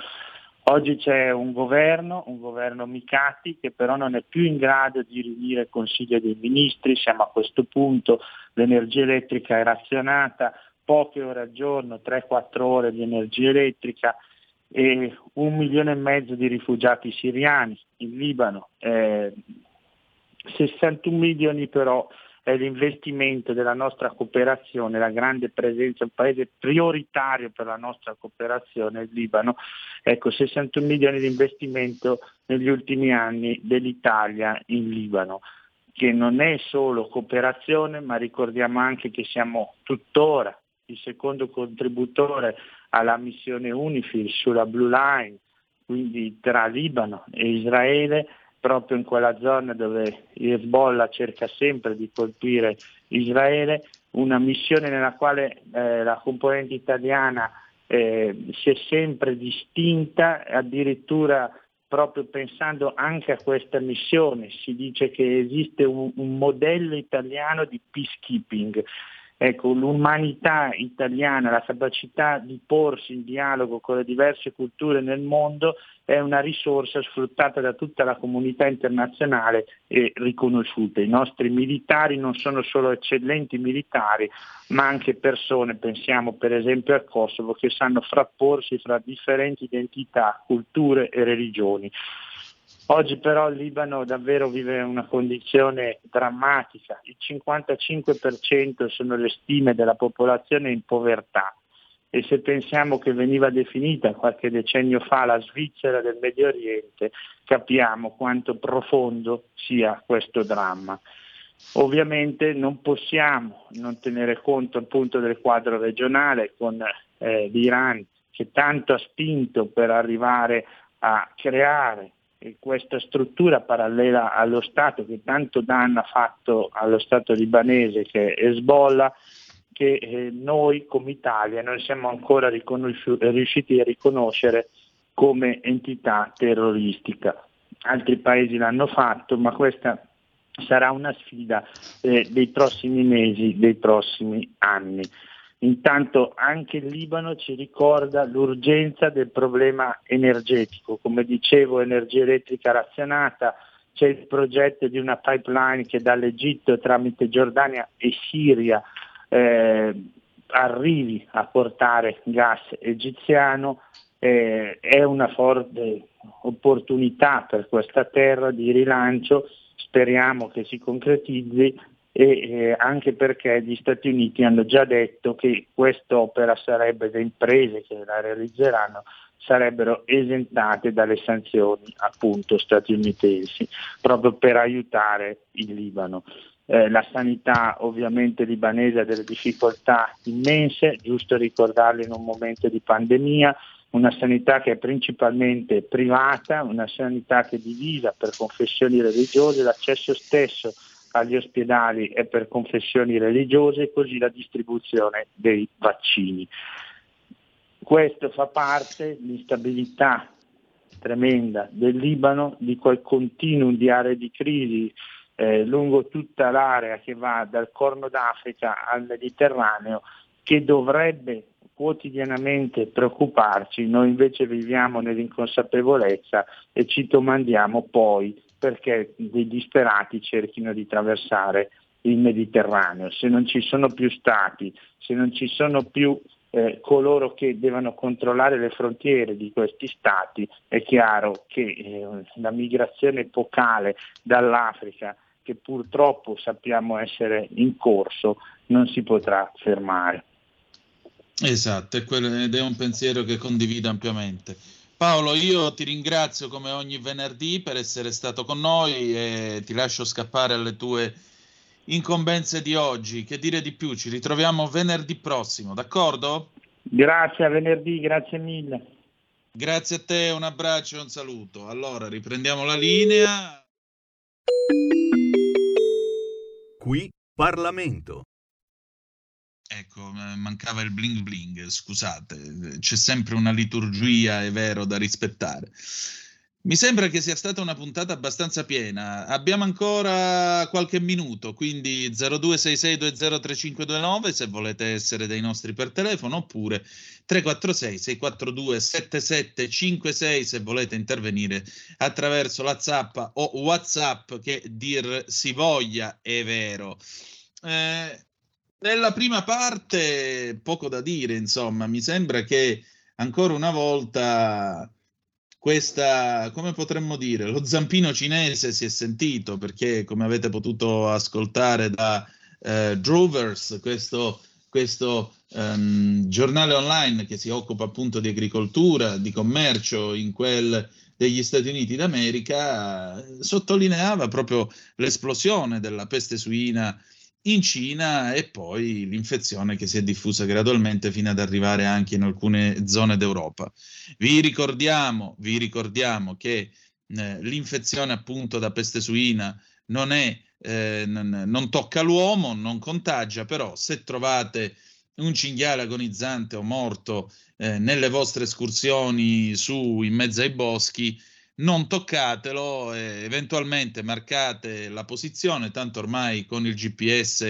Oggi c'è un governo, un governo Mikati, che però non è più in grado di riunire il Consiglio dei Ministri. Siamo a questo punto, l'energia elettrica è razionata, poche ore al giorno, tre quattro ore di energia elettrica, e un milione e mezzo di rifugiati siriani in Libano, eh, sessantuno milioni però è l'investimento della nostra cooperazione, la grande presenza, un paese prioritario per la nostra cooperazione, il Libano. Ecco, sessantuno milioni di investimento negli ultimi anni dell'Italia in Libano, che non è solo cooperazione, ma ricordiamo anche che siamo tuttora il secondo contributore alla missione UNIFIL sulla Blue Line, quindi tra Libano e Israele, proprio in quella zona dove Hezbollah cerca sempre di colpire Israele, una missione nella quale eh, la componente italiana eh, si è sempre distinta, addirittura proprio pensando anche a questa missione si dice che esiste un, un modello italiano di peacekeeping. Ecco, l'umanità italiana, la capacità di porsi in dialogo con le diverse culture nel mondo è una risorsa sfruttata da tutta la comunità internazionale e riconosciuta. I nostri militari non sono solo eccellenti militari, ma anche persone, pensiamo per esempio al Kosovo, che sanno frapporsi fra differenti identità, culture e religioni. Oggi però il Libano davvero vive una condizione drammatica, il cinquantacinque per cento sono le stime della popolazione in povertà e se pensiamo che veniva definita qualche decennio fa la Svizzera del Medio Oriente, capiamo quanto profondo sia questo dramma. Ovviamente non possiamo non tenere conto appunto del quadro regionale con eh, l'Iran che tanto ha spinto per arrivare a creare e questa struttura parallela allo Stato che tanto danno ha fatto allo Stato libanese che è Hezbollah, che eh, noi come Italia non siamo ancora riusciti a riconoscere come entità terroristica. Altri paesi l'hanno fatto, ma questa sarà una sfida eh, dei prossimi mesi, dei prossimi anni. Intanto anche il Libano ci ricorda l'urgenza del problema energetico, come dicevo energia elettrica razionata, c'è il progetto di una pipeline che dall'Egitto tramite Giordania e Siria eh, arrivi a portare gas egiziano, eh, è una forte opportunità per questa terra di rilancio, speriamo che si concretizzi. E eh, anche perché gli Stati Uniti hanno già detto che quest'opera sarebbe, le imprese che la realizzeranno sarebbero esentate dalle sanzioni appunto statunitensi, proprio per aiutare il Libano. Eh, la sanità ovviamente libanese ha delle difficoltà immense, giusto ricordarle in un momento di pandemia, una sanità che è principalmente privata, una sanità che è divisa per confessioni religiose, l'accesso stesso agli ospedali è per confessioni religiose e così la distribuzione dei vaccini. Questo fa parte dell'instabilità tremenda del Libano, di quel continuum di aree di crisi eh, lungo tutta l'area che va dal Corno d'Africa al Mediterraneo, che dovrebbe quotidianamente preoccuparci, noi invece viviamo nell'inconsapevolezza e ci domandiamo poi perché dei disperati cerchino di attraversare il Mediterraneo. Se non ci sono più stati, se non ci sono più eh, coloro che devono controllare le frontiere di questi stati, è chiaro che eh, la migrazione epocale dall'Africa, che purtroppo sappiamo essere in corso, non si potrà fermare. Esatto, è quello, ed è un pensiero che condivido ampiamente. Paolo, io ti ringrazio come ogni venerdì per essere stato con noi e ti lascio scappare alle tue incombenze di oggi. Che dire di più? Ci ritroviamo venerdì prossimo, d'accordo? Grazie, a venerdì, grazie mille. Grazie a te, un abbraccio e un saluto. Allora, riprendiamo la linea. Qui Parlamento. Ecco, mancava il bling bling, scusate, c'è sempre una liturgia, è vero, da rispettare. Mi sembra che sia stata una puntata abbastanza piena, abbiamo ancora qualche minuto, quindi zero due sei sei due zero tre cinque due nove se volete essere dei nostri per telefono, oppure tre quattro sei sei quattro due sette sette cinque sei se volete intervenire attraverso la zappa o WhatsApp, che dir si voglia, è vero. Eh, Nella prima parte poco da dire, insomma, mi sembra che ancora una volta questa, come potremmo dire, lo zampino cinese si è sentito, perché come avete potuto ascoltare da eh, Drovers, questo, questo um, giornale online che si occupa appunto di agricoltura, di commercio in quel degli Stati Uniti d'America, sottolineava proprio l'esplosione della peste suina in Cina e poi l'infezione che si è diffusa gradualmente fino ad arrivare anche in alcune zone d'Europa. Vi ricordiamo, vi ricordiamo che eh, l'infezione appunto da peste suina non è, eh, non, non tocca l'uomo, non contagia, però se trovate un cinghiale agonizzante o morto eh, nelle vostre escursioni su in mezzo ai boschi, non toccatelo, eh, eventualmente marcate la posizione, tanto ormai con il G P S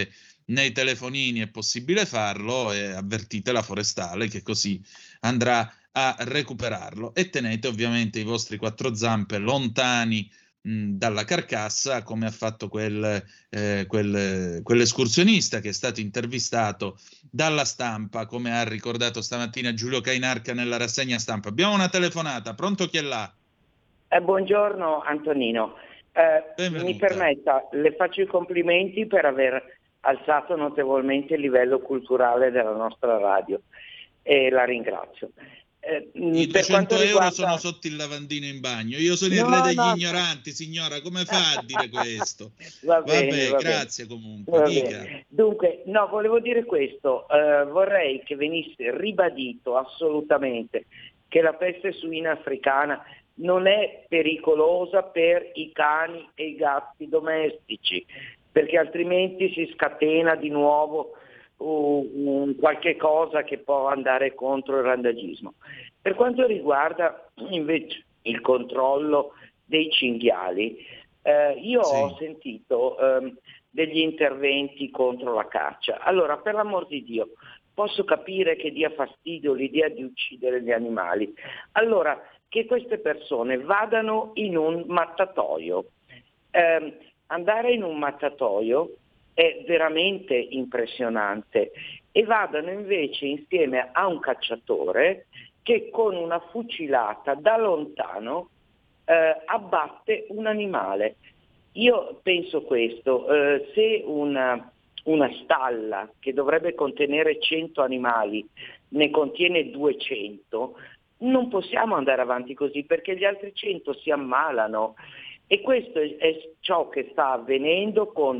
nei telefonini è possibile farlo, e avvertite la forestale che così andrà a recuperarlo, e tenete ovviamente i vostri quattro zampe lontani mh, dalla carcassa, come ha fatto quel, eh, quel, quell'escursionista che è stato intervistato dalla Stampa, come ha ricordato stamattina Giulio Cainarca nella rassegna stampa. Abbiamo una telefonata, pronto, chi è là? Eh, buongiorno Antonino, eh, mi permetta, le faccio i complimenti per aver alzato notevolmente il livello culturale della nostra radio e la ringrazio. Eh, I per quanto duecento euro riguarda... sono sotto il lavandino in bagno. Io sono il No, re degli no. ignoranti, signora, come fa a dire questo? Va bene, Vabbè, va grazie bene. comunque. Va Dica. bene. Dunque, no, volevo dire questo, eh, vorrei che venisse ribadito assolutamente che la peste suina africana non è pericolosa per i cani e i gatti domestici, perché altrimenti si scatena di nuovo uh, un qualche cosa che può andare contro il randagismo. Per quanto riguarda invece il controllo dei cinghiali, eh, io Sì. ho sentito ehm, degli interventi contro la caccia. Allora, per l'amor di Dio, posso capire che dia fastidio l'idea di uccidere gli animali. Allora, che queste persone vadano in un mattatoio. Eh, andare in un mattatoio è veramente impressionante, e vadano invece insieme a un cacciatore che con una fucilata da lontano eh, abbatte un animale. Io penso questo, eh, se una, una stalla che dovrebbe contenere cento animali ne contiene duecento, non possiamo andare avanti così, perché gli altri cento si ammalano, e questo è, è ciò che sta avvenendo con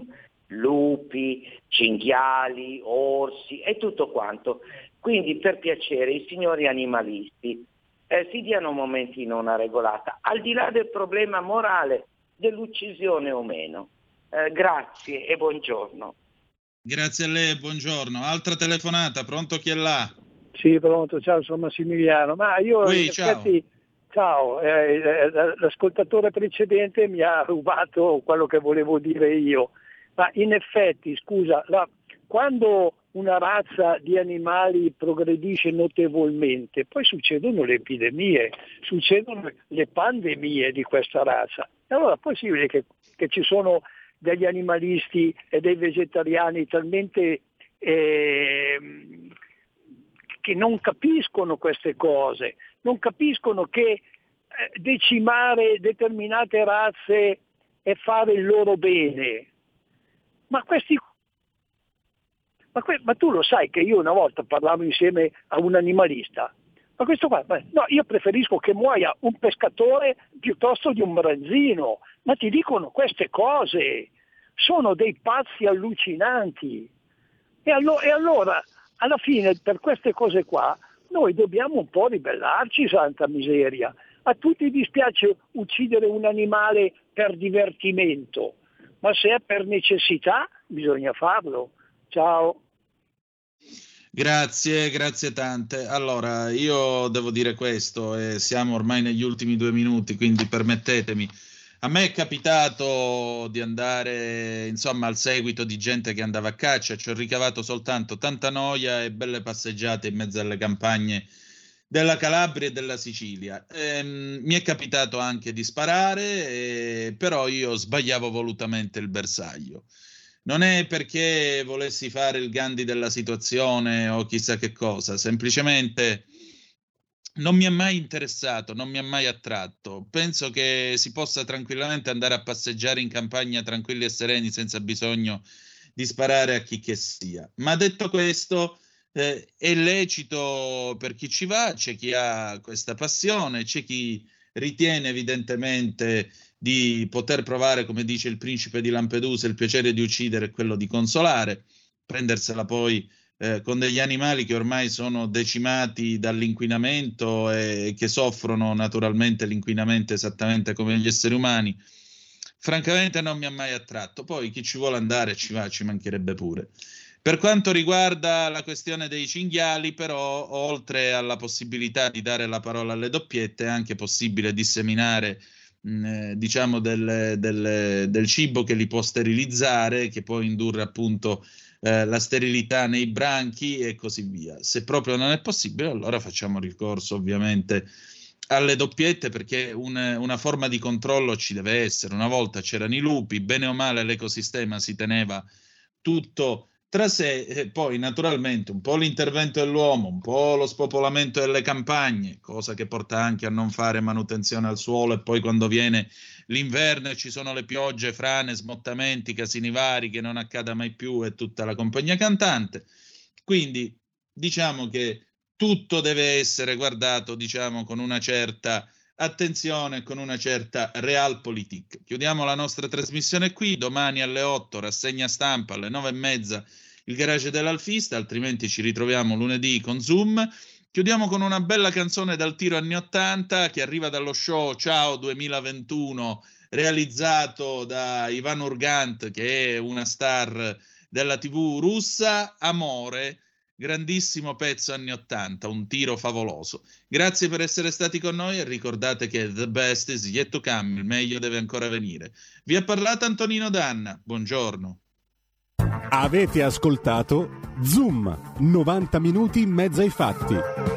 lupi, cinghiali, orsi e tutto quanto. Quindi, per piacere, i signori animalisti eh, si diano un momentino una regolata, al di là del problema morale dell'uccisione o meno. Eh, grazie e buongiorno. Grazie a lei, buongiorno. Altra telefonata, pronto, chi è là? Sì, pronto, ciao, sono Massimiliano. Ma io Ui, in ciao. effetti, ciao, eh, eh, l'ascoltatore precedente mi ha rubato quello che volevo dire io. Ma in effetti, scusa, la, quando una razza di animali progredisce notevolmente, poi succedono le epidemie, succedono le pandemie di questa razza. E allora è possibile che, che ci sono degli animalisti e dei vegetariani talmente eh, che non capiscono queste cose, non capiscono che eh, decimare determinate razze è fare il loro bene. Ma questi ma, que, ma tu lo sai che io una volta parlavo insieme a un animalista, ma questo qua, beh, no, io preferisco che muoia un pescatore piuttosto di un branzino, ma ti dicono queste cose, sono dei pazzi allucinanti. E, allo, e allora, alla fine, per queste cose qua, noi dobbiamo un po' ribellarci, santa miseria. A tutti dispiace uccidere un animale per divertimento, ma se è per necessità bisogna farlo. Ciao. Grazie, grazie tante. Allora, io devo dire questo, e siamo ormai negli ultimi due minuti, quindi permettetemi. A me è capitato di andare, insomma, al seguito di gente che andava a caccia, ci ho ricavato soltanto tanta noia e belle passeggiate in mezzo alle campagne della Calabria e della Sicilia. Ehm, mi è capitato anche di sparare, eh, però io sbagliavo volutamente il bersaglio. Non è perché volessi fare il Gandhi della situazione o chissà che cosa, semplicemente non mi è mai interessato, non mi ha mai attratto. Penso che si possa tranquillamente andare a passeggiare in campagna tranquilli e sereni senza bisogno di sparare a chi che sia. Ma detto questo, eh, è lecito per chi ci va, c'è chi ha questa passione, c'è chi ritiene evidentemente di poter provare, come dice il principe di Lampedusa, il piacere di uccidere e quello di consolare, prendersela poi eh, con degli animali che ormai sono decimati dall'inquinamento e che soffrono naturalmente l'inquinamento esattamente come gli esseri umani. Francamente non mi ha mai attratto. Poi chi ci vuole andare ci va, ci mancherebbe pure. Per quanto riguarda la questione dei cinghiali, però, oltre alla possibilità di dare la parola alle doppiette, è anche possibile disseminare mh, diciamo del, del, del cibo che li può sterilizzare, che può indurre appunto eh, la sterilità nei branchi e così via. Se proprio non è possibile, allora facciamo ricorso ovviamente alle doppiette, perché un, una forma di controllo ci deve essere. Una volta c'erano i lupi, bene o male l'ecosistema si teneva tutto tra sé, e poi naturalmente un po' l'intervento dell'uomo, un po' lo spopolamento delle campagne, cosa che porta anche a non fare manutenzione al suolo, e poi quando viene l'inverno e ci sono le piogge, frane, smottamenti, casini vari, che non accada mai più, e tutta la compagnia cantante. Quindi diciamo che tutto deve essere guardato, diciamo, con una certa attenzione, con una certa realpolitik. Chiudiamo la nostra trasmissione qui. Domani alle otto rassegna stampa, alle nove e mezza il garage dell'Alfista, altrimenti ci ritroviamo lunedì con Zoom. Chiudiamo con una bella canzone dal tiro anni ottanta che arriva dallo show Ciao duemilaventuno, realizzato da Ivan Urgant, che è una star della tivù russa. Amore, grandissimo pezzo anni ottanta, un tiro favoloso. Grazie per essere stati con noi e ricordate che the best is yet to come, il meglio deve ancora venire. Vi ha parlato Antonino Danna, buongiorno. Avete ascoltato Zoom, novanta minuti in mezzo ai fatti.